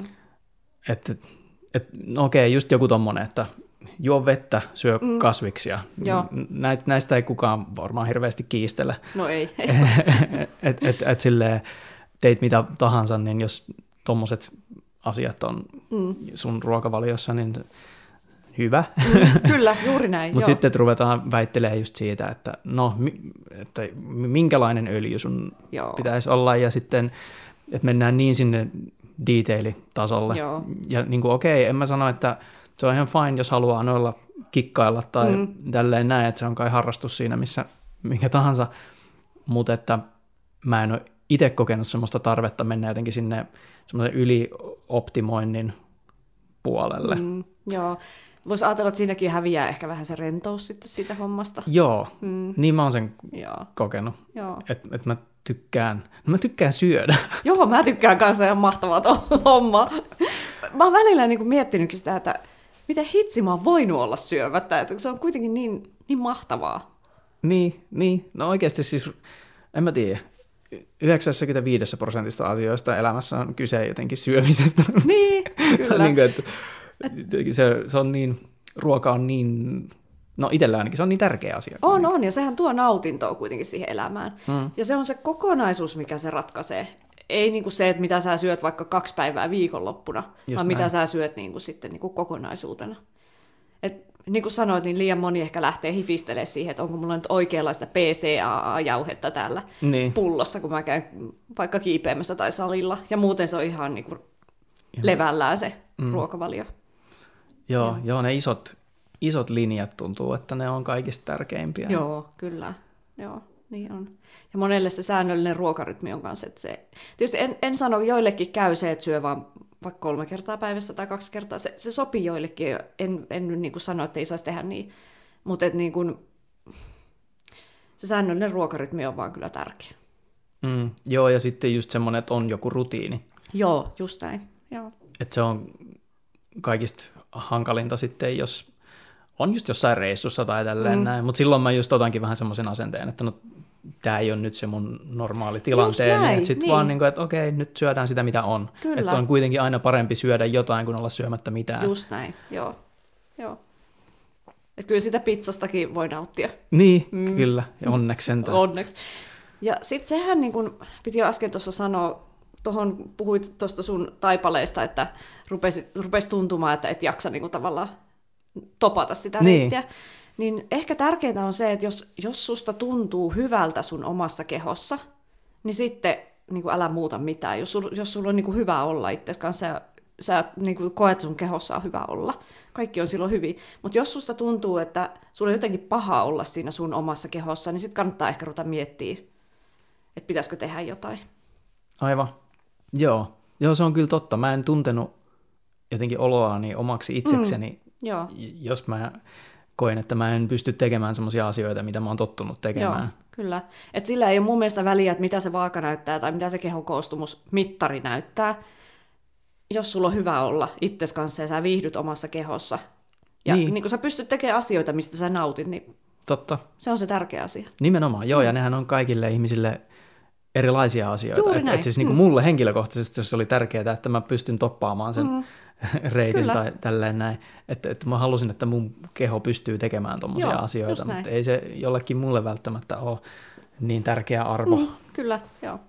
No okei, just joku tommonen, että juo vettä, syö kasviksia. Näistä ei kukaan varmaan hirveästi kiistele. No ei. Et silleen teit mitä tahansa, niin jos tommoset asiat on sun ruokavaliossa, niin hyvä. Kyllä, juuri näin. Mutta sitten ruvetaan väittelemään just siitä, että että minkälainen öljy sun pitäisi olla, ja sitten, että mennään niin sinne detailitasolle. Ja niin kuin okei, en mä sano, että se on ihan fine, jos haluaa noilla kikkailla tai tälleen näin, että se on kai harrastus siinä minkä tahansa, mutta että mä en ole itse kokenut semmoista tarvetta mennä jotenkin sinne semmoisen ylioptimoinnin puolelle. Joo, voisi ajatella, että siinäkin häviää ehkä vähän se rentous sitten siitä hommasta. Joo, niin mä oon sen kokenut, että mä tykkään syödä. Joo, mä tykkään kanssa, ihan mahtavaa homma. Mä oon välillä niin kuin miettinytkin sitä, että miten hitsi mä oon voinut olla syömättä, että se on kuitenkin niin mahtavaa. Niin. No oikeasti siis, en mä tiedä, 95% asioista elämässä on kyse jotenkin syömisestä. Niin, kyllä. niin kuin, että se on niin, ruoka on niin, no itsellä ainakin se on niin tärkeä asia. On, ja sehän tuo nautintoa kuitenkin siihen elämään. Ja se on se kokonaisuus, mikä se ratkaisee. Ei niin kuin se, että mitä sä syöt vaikka 2 päivää viikonloppuna, vaan mitä sä syöt niin kuin sitten niin kuin kokonaisuutena. Et, niin kuin sanoit, niin liian moni ehkä lähtee hifistelemään siihen, että onko mulla nyt oikeanlaista PCAA-jauhetta täällä pullossa, kun mä käyn vaikka kiipeämässä tai salilla. Ja muuten se on ihan niin kuin levällään se ruokavalio. Joo, ne isot linjat tuntuu, että ne on kaikista tärkeimpiä. Joo, kyllä. Joo, niin on. Ja monelle se säännöllinen ruokarytmi on kanssa, että se... Tietysti en sano, joillekin käy se, että syö vaan vaikka 3 kertaa päivässä tai 2 kertaa. Se sopii joillekin, en nyt niin kuin sano, että ei saisi tehdä niin. Mutta niin kuin, se säännöllinen ruokarytmi on vaan kyllä tärkeä. Joo, ja sitten just semmoinen, että on joku rutiini. Joo, just näin. Joo. Että se on kaikista hankalinta sitten, jos on just jossain reissussa tai tälleen näin. Mutta silloin mä just otankin vähän semmoisen asenteen, että no tämä ei ole nyt se mun normaali tilanteeni. Että sitten vaan niin kuin, että okei, nyt syödään sitä mitä on. Että on kuitenkin aina parempi syödä jotain kuin olla syömättä mitään. Just näin, joo. Että kyllä sitä pizzastakin voi nauttia. Niin, kyllä. Ja onneksi sentään. Onneksi. Ja sitten sehän, niin kuin piti jo äsken tuossa sanoa, puhuit tuosta sun taipaleesta, että rupesi tuntumaan, että et jaksa niin kuin tavallaan topata sitä reittiä. Niin ehkä tärkeintä on se, että jos susta tuntuu hyvältä sun omassa kehossa, niin sitten niin kuin älä muuta mitään. Jos sulla on niin kuin hyvä olla itses kanssa ja sä niin kuin koet, sun kehossa on hyvä olla. Kaikki on silloin hyvin. Mutta jos susta tuntuu, että sulla on jotenkin paha olla siinä sun omassa kehossa, niin sitten kannattaa ehkä ruveta miettimään, että pitäisikö tehdä jotain. Aivan. Joo. Joo, se on kyllä totta. Mä en tuntenut jotenkin oloani omaksi itsekseni, jos mä koen, että mä en pysty tekemään semmoisia asioita, mitä mä oon tottunut tekemään. Joo, kyllä. Et sillä ei ole mun mielestä väliä, että mitä se vaaka näyttää tai mitä se kehokoostumusmittari näyttää. Jos sulla on hyvä olla itses kanssa ja sä viihdyt omassa kehossa, ja niin kun sä pystyt tekemään asioita, mistä sä nautit, niin totta. Se on se tärkeä asia. Nimenomaan, joo, ja nehän on kaikille ihmisille erilaisia asioita. Juuri näin. Et siis niin kuin mulle henkilökohtaisesti, jos oli tärkeää, että mä pystyn toppaamaan sen reitin kyllä. Tai tälleen näin, että mä halusin, että mun keho pystyy tekemään tommosia asioita, mutta ei se jollekin mulle välttämättä ole niin tärkeä arvo. Kyllä, joo.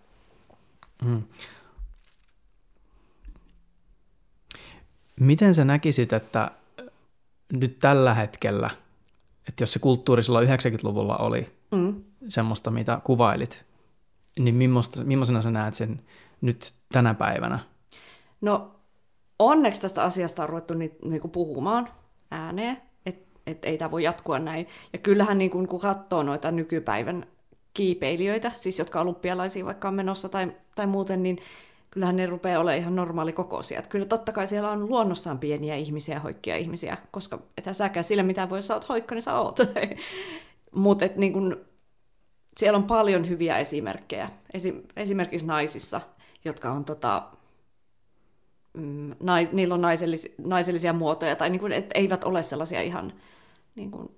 Miten sä näkisit, että nyt tällä hetkellä, että jos se kulttuuri silloin 90-luvulla oli semmoista, mitä kuvailit, niin millaisena sä näet sen nyt tänä päivänä? No onneksi tästä asiasta on ruvettu niinku puhumaan ääneen, että ei tämä voi jatkua näin. Ja kyllähän niin kun katsoo noita nykypäivän kiipeilijöitä, siis jotka olympialaisia vaikka on menossa tai muuten, niin kyllähän ne rupeaa olemaan ihan normaali kokoisia. Kyllä totta kai siellä on luonnossaan pieniä ihmisiä, hoikkia ihmisiä, koska ethän säkään sillä mitään voi, jos sä oot hoikka, niin sä oot. Mutta niin siellä on paljon hyviä esimerkkejä. Esimerkiksi naisissa, jotka on niillä on naisellisia muotoja, tai niin kuin, et eivät ole sellaisia ihan niin kuin,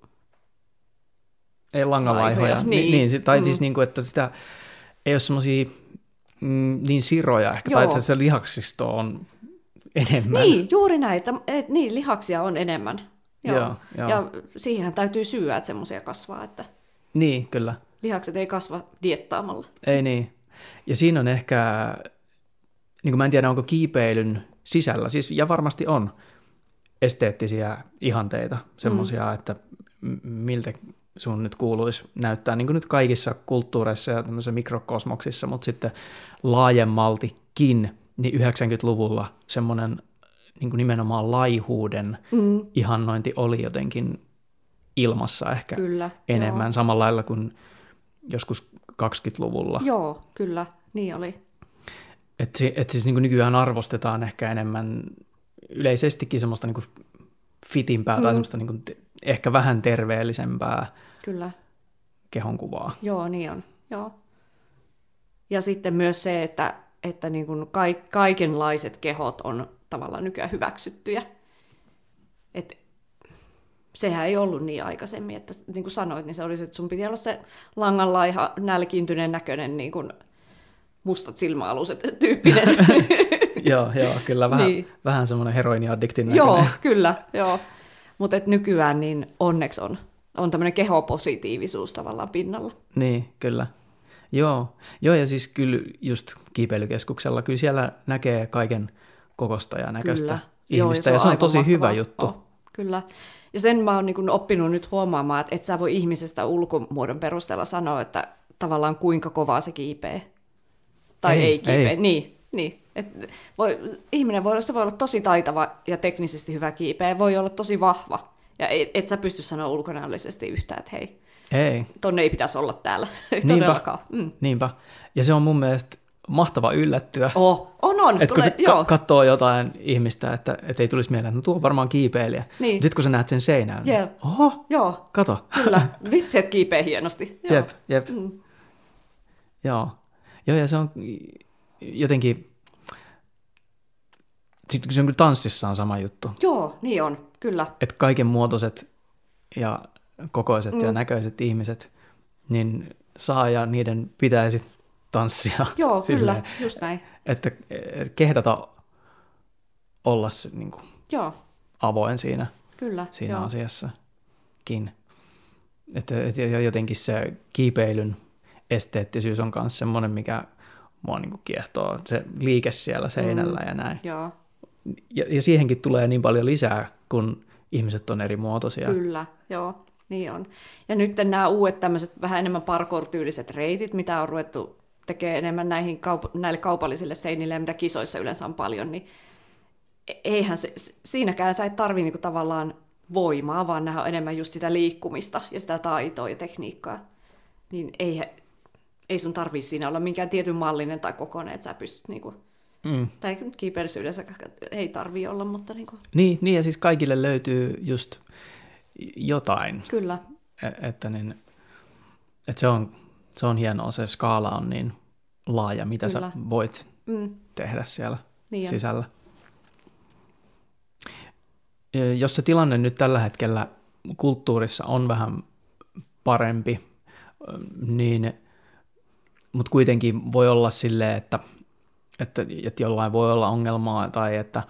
ei langanlaihoja. Tai siis niin kuin, että sitä ei ole semmoisia niin siroja ehkä, tai että se lihaksisto on enemmän. Niin, juuri näin, että niin, lihaksia on enemmän. Joo. Ja siihen täytyy syyä, että semmoisia kasvaa. Että niin, kyllä. Lihakset ei kasva diettaamalla. Ei niin. Ja siinä on ehkä, niin kuin mä en tiedä, onko kiipeilyn sisällä, siis, ja varmasti on esteettisiä ihanteita, semmoisia, että miltä sun nyt kuuluisi näyttää, niin kuin nyt kaikissa kulttuureissa ja tämmöisissä mikrokosmoksissa, mutta sitten laajemmaltikin, niin 90-luvulla semmoinen niin kuin nimenomaan laihuuden ihannointi oli jotenkin ilmassa ehkä kyllä, enemmän, joo. Samalla lailla kuin joskus 20-luvulla. Joo, kyllä, niin oli. Et siis niin kuin nykyään arvostetaan ehkä enemmän yleisestikin semmoista niin kuin fitimpää tai semmoista niin kuin ehkä vähän terveellisempää kyllä. kehonkuvaa. Joo, niin on. Joo. Ja sitten myös se, että niin kuin kaikenlaiset kehot on tavallaan nykyään hyväksyttyjä. Et sehän ei ollut niin aikaisemmin, että niin kuin sanoit, niin se olisi, että sun piti olla se langanlaiha, nälkiintyneen näköinen, niin kuin mustat silmäaluset tyyppinen. Joo, kyllä vähän semmoinen heroiniaddiktin näköinen. Joo, kyllä, joo. Mutta nykyään niin onneksi on tämmöinen kehopositiivisuus tavallaan pinnalla. Niin, kyllä. Joo, ja siis kyllä just kiipeilykeskuksella, kyllä siellä näkee kaiken kokosta ja näköistä kyllä. ihmistä, joo, ja se on tosi mahtavaa. Hyvä juttu. Oh, kyllä. Ja sen mä oon niin oppinut nyt huomaamaan, että et sä voi ihmisestä ulkomuodon perusteella sanoa, että tavallaan kuinka kovaa se kiipee. Tai ei kiipeä. Niin. Ihminen voi olla tosi taitava ja teknisesti hyvä kiipeä, voi olla tosi vahva. Ja et sä pysty sanoa ulkonäöllisesti yhtään, että hei, tonne ei pitäisi olla täällä. Niinpä. Ja se on mun mielestä mahtava yllättyä. On. Että kun katsoo jotain ihmistä, että ei tulisi mieleen, no tuo on varmaan kiipeilijä. Niin. Sitten kun sä näet sen seinällä, niin oho, joo. Kato. Kyllä, vitsi, että kiipee hienosti. Joo. Jep. Joo, ja se on jotenkin, se on kyllä tanssissa on sama juttu. Joo, niin on, kyllä. Että kaiken muotoiset ja kokoiset ja näköiset ihmiset, niin saa ja niiden pitäisi tanssia. Joo, kyllä, just näin. Että kehdata olla niin kuin avoin siinä asiassakin. Että jotenkin se kiipeilyn esteettisyys on myös semmoinen, mikä mua niin kuin kiehtoo. Se liike siellä seinällä ja näin. Joo. Ja siihenkin tulee niin paljon lisää, kun ihmiset on eri muotoisia. Kyllä, joo, niin on. Ja nyt nämä uudet tämmöiset vähän enemmän parkour-tyyliset reitit, mitä on ruvettu tekemään enemmän näille kaupallisille seinille, ja mitä kisoissa yleensä on paljon, niin eihän siinäkään sä et tarvii niinku tavallaan voimaa, vaan nämä on enemmän just sitä liikkumista ja sitä taitoa ja tekniikkaa. Niin ei sun tarvii siinä olla minkään tietyn mallinen tai kokoinen, että sä pystyt niinku, tai nyt kiipeilysyydessä ei tarvii olla, mutta niinku. Niin, ja siis kaikille löytyy just jotain. Kyllä. Että se on hienoa, se skaala on niin laaja, mitä Kyllä. sä voit tehdä siellä niin sisällä. Jos se tilanne nyt tällä hetkellä kulttuurissa on vähän parempi, niin, mutta kuitenkin voi olla silleen, että jollain voi olla ongelmaa tai että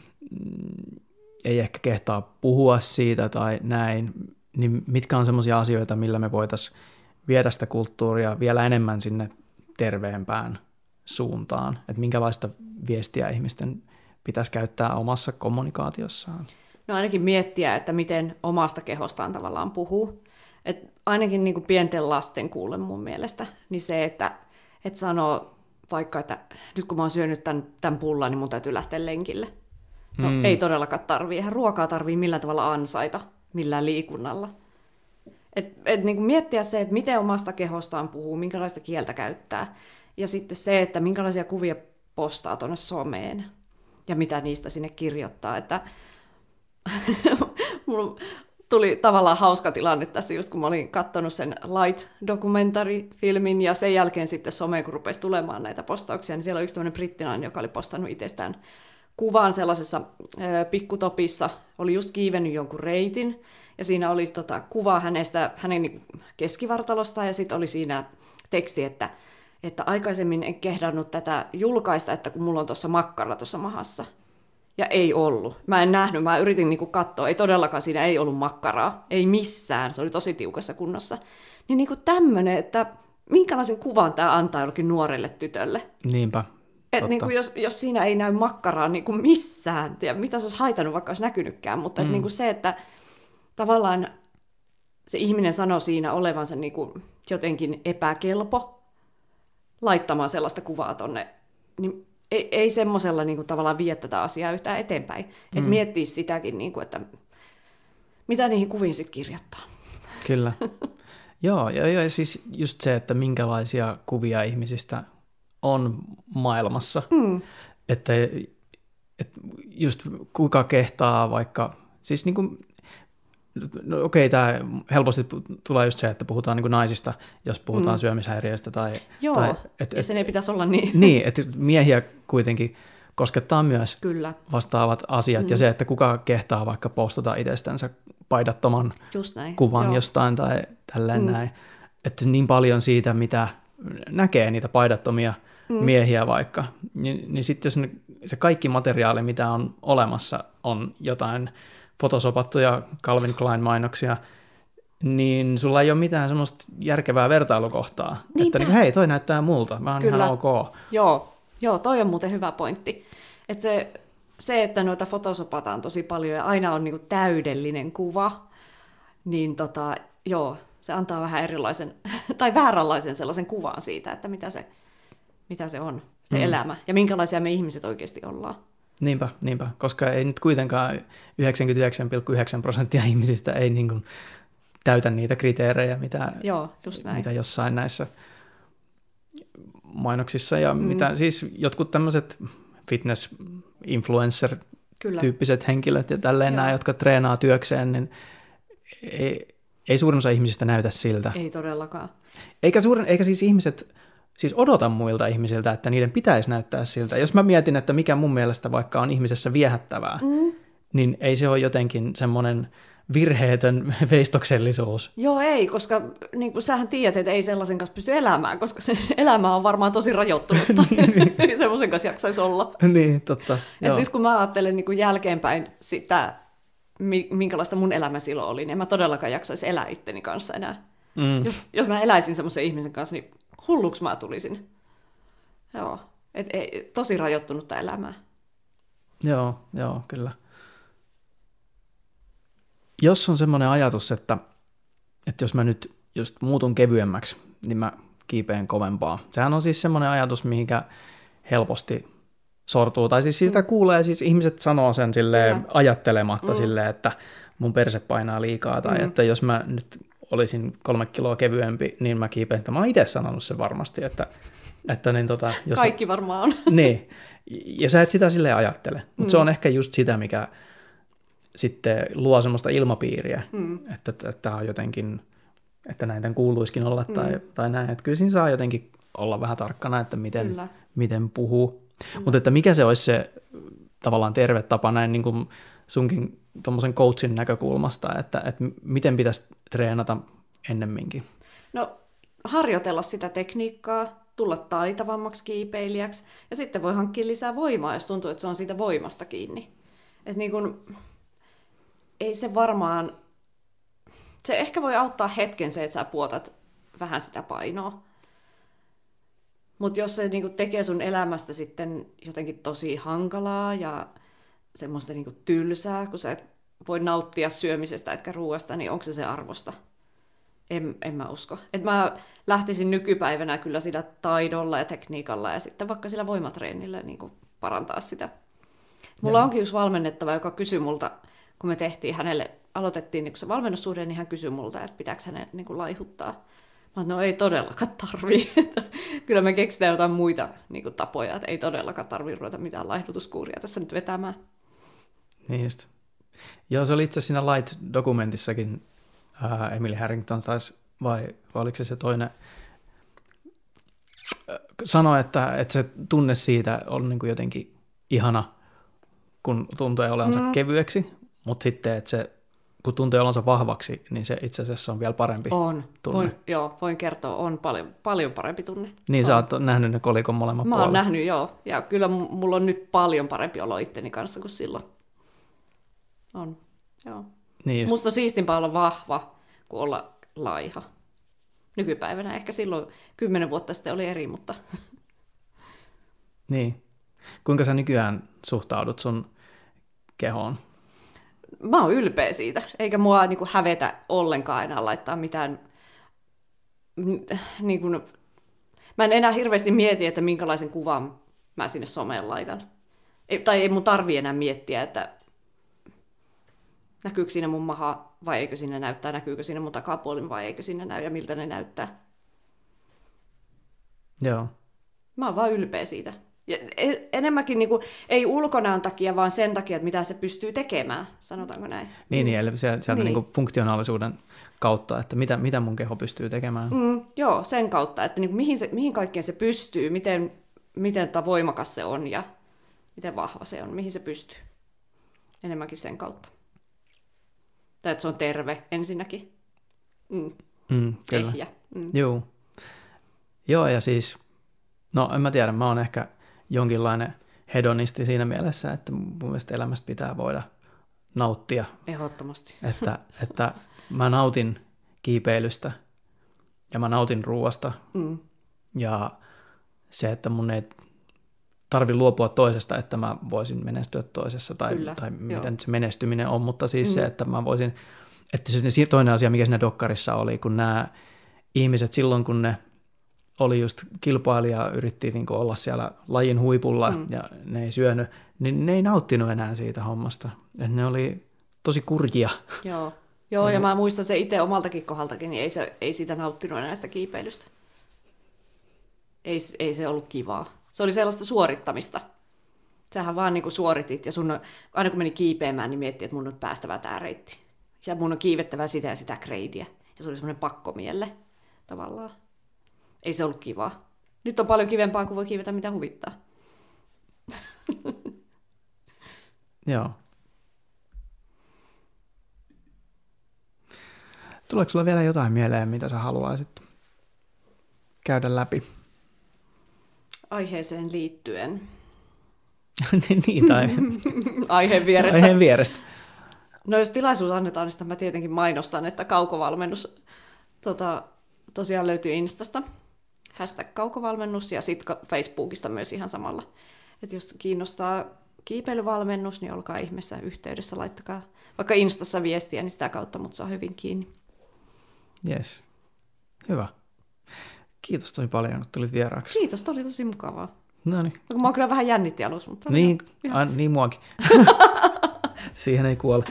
ei ehkä kehtaa puhua siitä tai näin, niin mitkä on semmoisia asioita, millä me voitaisiin viedä sitä kulttuuria vielä enemmän sinne terveempään suuntaan, että minkälaista viestiä ihmisten pitäisi käyttää omassa kommunikaatiossaan? No ainakin miettiä, että miten omasta kehostaan tavallaan puhuu. Et ainakin niin kuin pienten lasten kuulen mun mielestä, niin se, että sanoo vaikka, että nyt kun mä oon syönyt tämän pullan, niin mun täytyy lähteä lenkille. No ei todellakaan tarvii. Eihän ruokaa tarvii millään tavalla ansaita, millään liikunnalla. Et niin kuin miettiä se, että miten omasta kehostaan puhuu, minkälaista kieltä käyttää. Ja sitten se, että minkälaisia kuvia postaa tuonne someen ja mitä niistä sinne kirjoittaa. Että mulla tuli tavallaan hauska tilanne tässä, just kun mä olin katsonut sen Light-dokumentarifilmin, ja sen jälkeen sitten someen, kun rupesi tulemaan näitä postauksia, niin siellä oli yksi tämmöinen brittinainen, joka oli postannut itsestään kuvan sellaisessa pikkutopissa, oli just kiivennyt jonkun reitin, ja siinä oli kuva hänen keskivartalosta, ja sitten oli siinä teksti, että aikaisemmin en kehdannut tätä julkaista, että kun mulla on tuossa makkara tuossa mahassa. Ja ei ollut. Mä en nähnyt, mä yritin niinku katsoa, ei todellakaan siinä ei ollut makkaraa, ei missään, se oli tosi tiukassa kunnossa. Niin niinku tämmönen, että minkälaisen kuvan tämä antaa jollekin nuorelle tytölle. Niinpä. Että niinku jos siinä ei näy makkaraa niinku missään, tiedä, mitä se olisi haitannut, vaikka olisi näkynytkään, mutta niinku se, että tavallaan se ihminen sanoo siinä olevansa niinku jotenkin epäkelpo laittamaan sellaista kuvaa tonne, niin ei semmoisella niin kuin, tavallaan vie tätä asiaa yhtään eteenpäin. Että miettii sitäkin, niin kuin, että mitä niihin kuviin sitten kirjoittaa. Kyllä. Joo, ja siis just se, että minkälaisia kuvia ihmisistä on maailmassa. Että just kuka kehtaa vaikka, siis niin kuin, no okei, tämä helposti tulee just se, että puhutaan niin kuin naisista, jos puhutaan syömishäiriöistä. Joo, ja sen ei pitäisi olla niin. Niin, että miehiä kuitenkin koskettaa myös Kyllä. vastaavat asiat, ja se, että kuka kehtaa vaikka postata itsestänsä paidattoman kuvan jostain tai tälleen näin. Että niin paljon siitä, mitä näkee niitä paidattomia miehiä vaikka, niin sitten jos se kaikki materiaali, mitä on olemassa, on jotain fotosopattuja Calvin Klein-mainoksia, niin sulla ei ole mitään semmoista järkevää vertailukohtaa. Niinpä. Että niin, hei, toi näyttää multa, mä oon ihan ok. Joo, toi on muuten hyvä pointti. Että se, että noita fotosopataan tosi paljon ja aina on niinku täydellinen kuva, niin se antaa vähän erilaisen, tai vääränlaisen sellaisen kuvan siitä, että mitä se on, se elämä, ja minkälaisia me ihmiset oikeasti ollaan. Niinpä, koska ei nyt kuitenkaan 99,9% ihmisistä ei niin kuin täytä niitä kriteerejä, mitä jossain näissä mainoksissa, ja mitä siis jotkut tämmöiset fitness-influencer-tyyppiset henkilöt ja tälleen nämä, jotka treenaa työkseen, niin ei suurin osa ihmisistä näytä siltä. Ei todellakaan. Eikä siis ihmiset siis odota muilta ihmisiltä, että niiden pitäisi näyttää siltä. Jos mä mietin, että mikä mun mielestä vaikka on ihmisessä viehättävää, niin ei se ole jotenkin semmoinen virheetön veistoksellisuus. Joo, ei, koska niin kuin sähän tiedät, että ei sellaisen kanssa pysty elämään, koska se elämä on varmaan tosi rajoittunutta. Ei semmoisen kanssa jaksaisi olla. Niin, totta. Et nyt kun mä ajattelen niin kuin jälkeenpäin sitä, minkälaista mun elämä silloin oli, niin en mä todellakaan jaksaisi elää itteni kanssa enää. Jos mä eläisin semmoisen ihmisen kanssa, niin hulluksi mä tulisin. Joo, tosi rajoittunutta elämää. Joo, kyllä. Jos on semmoinen ajatus, että jos mä nyt just muutun kevyemmäksi, niin mä kiipeen kovempaa. Sehän on siis semmoinen ajatus, mihinkä helposti sortuu. Tai siis siitä kuulee, siis ihmiset sanoo sen silleen ajattelematta silleen, että mun perse painaa liikaa, tai että jos mä nyt olisin 3 kiloa kevyempi, niin mä kiipeen sitä. Mä oon itse sanonut sen varmasti, että niin jos kaikki varmaan on. Niin, ja sä et sitä silleen ajattele, mutta se on ehkä just sitä, mikä sitten luo semmoista ilmapiiriä, että tämä on jotenkin, että näin tämän kuuluisikin olla, tai näin, että kyllä siinä saa jotenkin olla vähän tarkkana, että miten puhuu. Mutta että mikä se olisi se tavallaan terve tapa näin niin kuin sunkin tuommoisen coachin näkökulmasta, että miten pitäisi treenata ennemminkin? No harjoitella sitä tekniikkaa, tulla taitavammaksi kiipeilijäksi ja sitten voi hankkia lisää voimaa, jos tuntuu, että se on siitä voimasta kiinni. Että niin kun, ei se varmaan, se ehkä voi auttaa hetken se, että sä puotat vähän sitä painoa. Mutta jos se niin kun tekee sun elämästä sitten jotenkin tosi hankalaa ja semmoista niin kun tylsää, kun sä et voi nauttia syömisestä etkä ruoasta, niin onko se arvosta? En mä usko. Et mä lähtisin nykypäivänä kyllä sillä taidolla ja tekniikalla ja sitten vaikka sillä voimatreenillä niin kuin parantaa sitä. Mulla onkin yksi valmennettava, joka kysyi multa, kun me aloitettiin niin se valmennussuhde, niin hän kysyi multa, että pitääkö hänen niin kuin laihuttaa. Mä sanoin, no ei todellakaan tarvii. Kyllä me keksitään jotain muita niin kuin tapoja, että ei todellakaan tarvii ruveta mitään laihdutuskuuria tässä nyt vetämään. Niin just. Joo, se oli itse siinä Light-dokumentissakin. Emily Harrington taisi, vai oliko se toinen, sanoi, että se tunne siitä on niin kuin jotenkin ihana, kun tuntee olevansa kevyeksi, mutta sitten, että se, kun tuntee olevansa vahvaksi, niin se itse asiassa on vielä parempi tunne. Voin kertoa, on paljon parempi tunne. Niin, sä oot nähnyt ne kolikon molemmat puolet. Mä oon nähnyt, joo. Ja kyllä mulla on nyt paljon parempi olo itteni kanssa kuin silloin. On, joo. Niin musta on siistimpää olla vahva kuin olla laiha. Nykypäivänä ehkä silloin 10 vuotta sitten oli eri, mutta... Niin. Kuinka sä nykyään suhtaudut sun kehoon? Mä oon ylpeä siitä, eikä mua niinku hävetä ollenkaan enää laittaa mitään... Niinku... Mä en enää hirveästi mieti, että minkälaisen kuvan mä sinne someen laitan. Ei mun tarvii enää miettiä, että... Näkyykö siinä mun maha vai eikö sinne näyttää, näkyykö siinä mun takapuolin vai eikö sinne näy ja miltä ne näyttää. Joo. Mä oon vaan ylpeä siitä. Ja enemmänkin niin kuin, ei ulkonäön takia, vaan sen takia, että mitä se pystyy tekemään, sanotaanko näin. Niin eli sieltä niin kuin funktionaalisuuden kautta, että mitä mun keho pystyy tekemään. Joo, sen kautta, että niin kuin, mihin kaikkeen se pystyy, miten voimakas se on ja miten vahva se on, mihin se pystyy. Enemmänkin sen kautta. Tai että se on terve ensinnäkin. Kyllä. Joo, ja siis, no en mä tiedä, mä oon ehkä jonkinlainen hedonisti siinä mielessä, että mun mielestä elämästä pitää voida nauttia. Ehdottomasti. Että mä nautin kiipeilystä ja mä nautin ruoasta. Ja se, että mun ei tarvi luopua toisesta, että mä voisin menestyä toisessa, tai miten se menestyminen on, mutta siis se, että mä voisin, että se toinen asia, mikä siinä dokkarissa oli, kun nämä ihmiset silloin, kun ne oli just kilpailija, yritti niin kuin olla siellä lajin huipulla ja ne ei syönyt, niin ne ei nauttinut enää siitä hommasta. Että ne oli tosi kurjia. Joo, ja mä muistan se itse omaltakin kohdaltakin, niin ei siitä nauttinut enää sitä kiipeilystä. Ei se ollut kivaa. Se oli sellaista suorittamista. Sähän vaan niin kuin suoritit, ja aina kun meni kiipeämään, niin miettii, että mun on päästävä tää reitti. Ja mun on kiivettävä sitä ja sitä gradea. Ja se oli semmoinen pakkomielle tavallaan. Ei se ollut kivaa. Nyt on paljon kivempaa, kun voi kiivetä mitä huvittaa. Joo. Tuleeko sulla vielä jotain mieleen, mitä sä haluaisit käydä läpi? Aiheeseen liittyen. Niin, tai Aiheen vierestä. Aiheen vierestä. No jos tilaisuus annetaan, niin mä tietenkin mainostan, että kaukovalmennus tosiaan löytyy Instasta. #kaukovalmennus ja sitten Facebookista myös ihan samalla. Et jos kiinnostaa kiipeilyvalmennus, niin olkaa ihmeessä yhteydessä, laittakaa vaikka Instassa viestiä, niin sitä kautta mut saa hyvin kiinni. Yes. Hyvä. Kiitos tosi paljon, kun tulit vieraaksi. Kiitos, oli tosi mukavaa. Noniin. Mua kyllä vähän jännitti alussa, mutta... Niin muakin. Siihen ei kuole.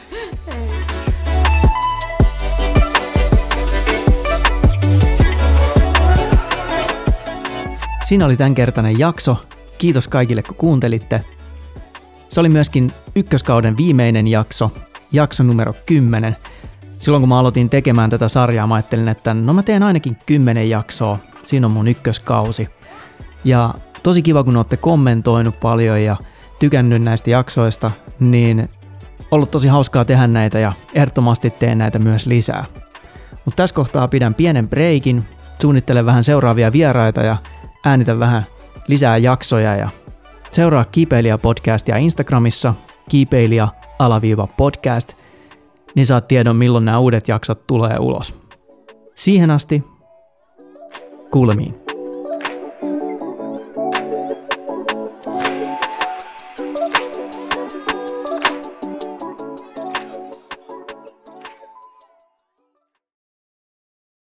Siinä oli tämänkertainen jakso. Kiitos kaikille, kun kuuntelitte. Se oli myöskin ykköskauden viimeinen jakso numero 10. Silloin kun mä aloitin tekemään tätä sarjaa, mä ajattelin, että mä teen ainakin 10 jaksoa. Siinä on mun ykköskausi. Ja tosi kiva, kun olette kommentoinut paljon ja tykännyt näistä jaksoista, niin ollut tosi hauskaa tehdä näitä ja ehdottomasti teen näitä myös lisää. Mutta tässä kohtaa pidän pienen breikin, suunnittelen vähän seuraavia vieraita ja äänitän vähän lisää jaksoja ja seuraa Kiipeilijä-podcastia Instagramissa, kiipeilijä_podcast, niin saat tiedon milloin nämä uudet jaksot tulee ulos. Siihen asti, kuulemiin.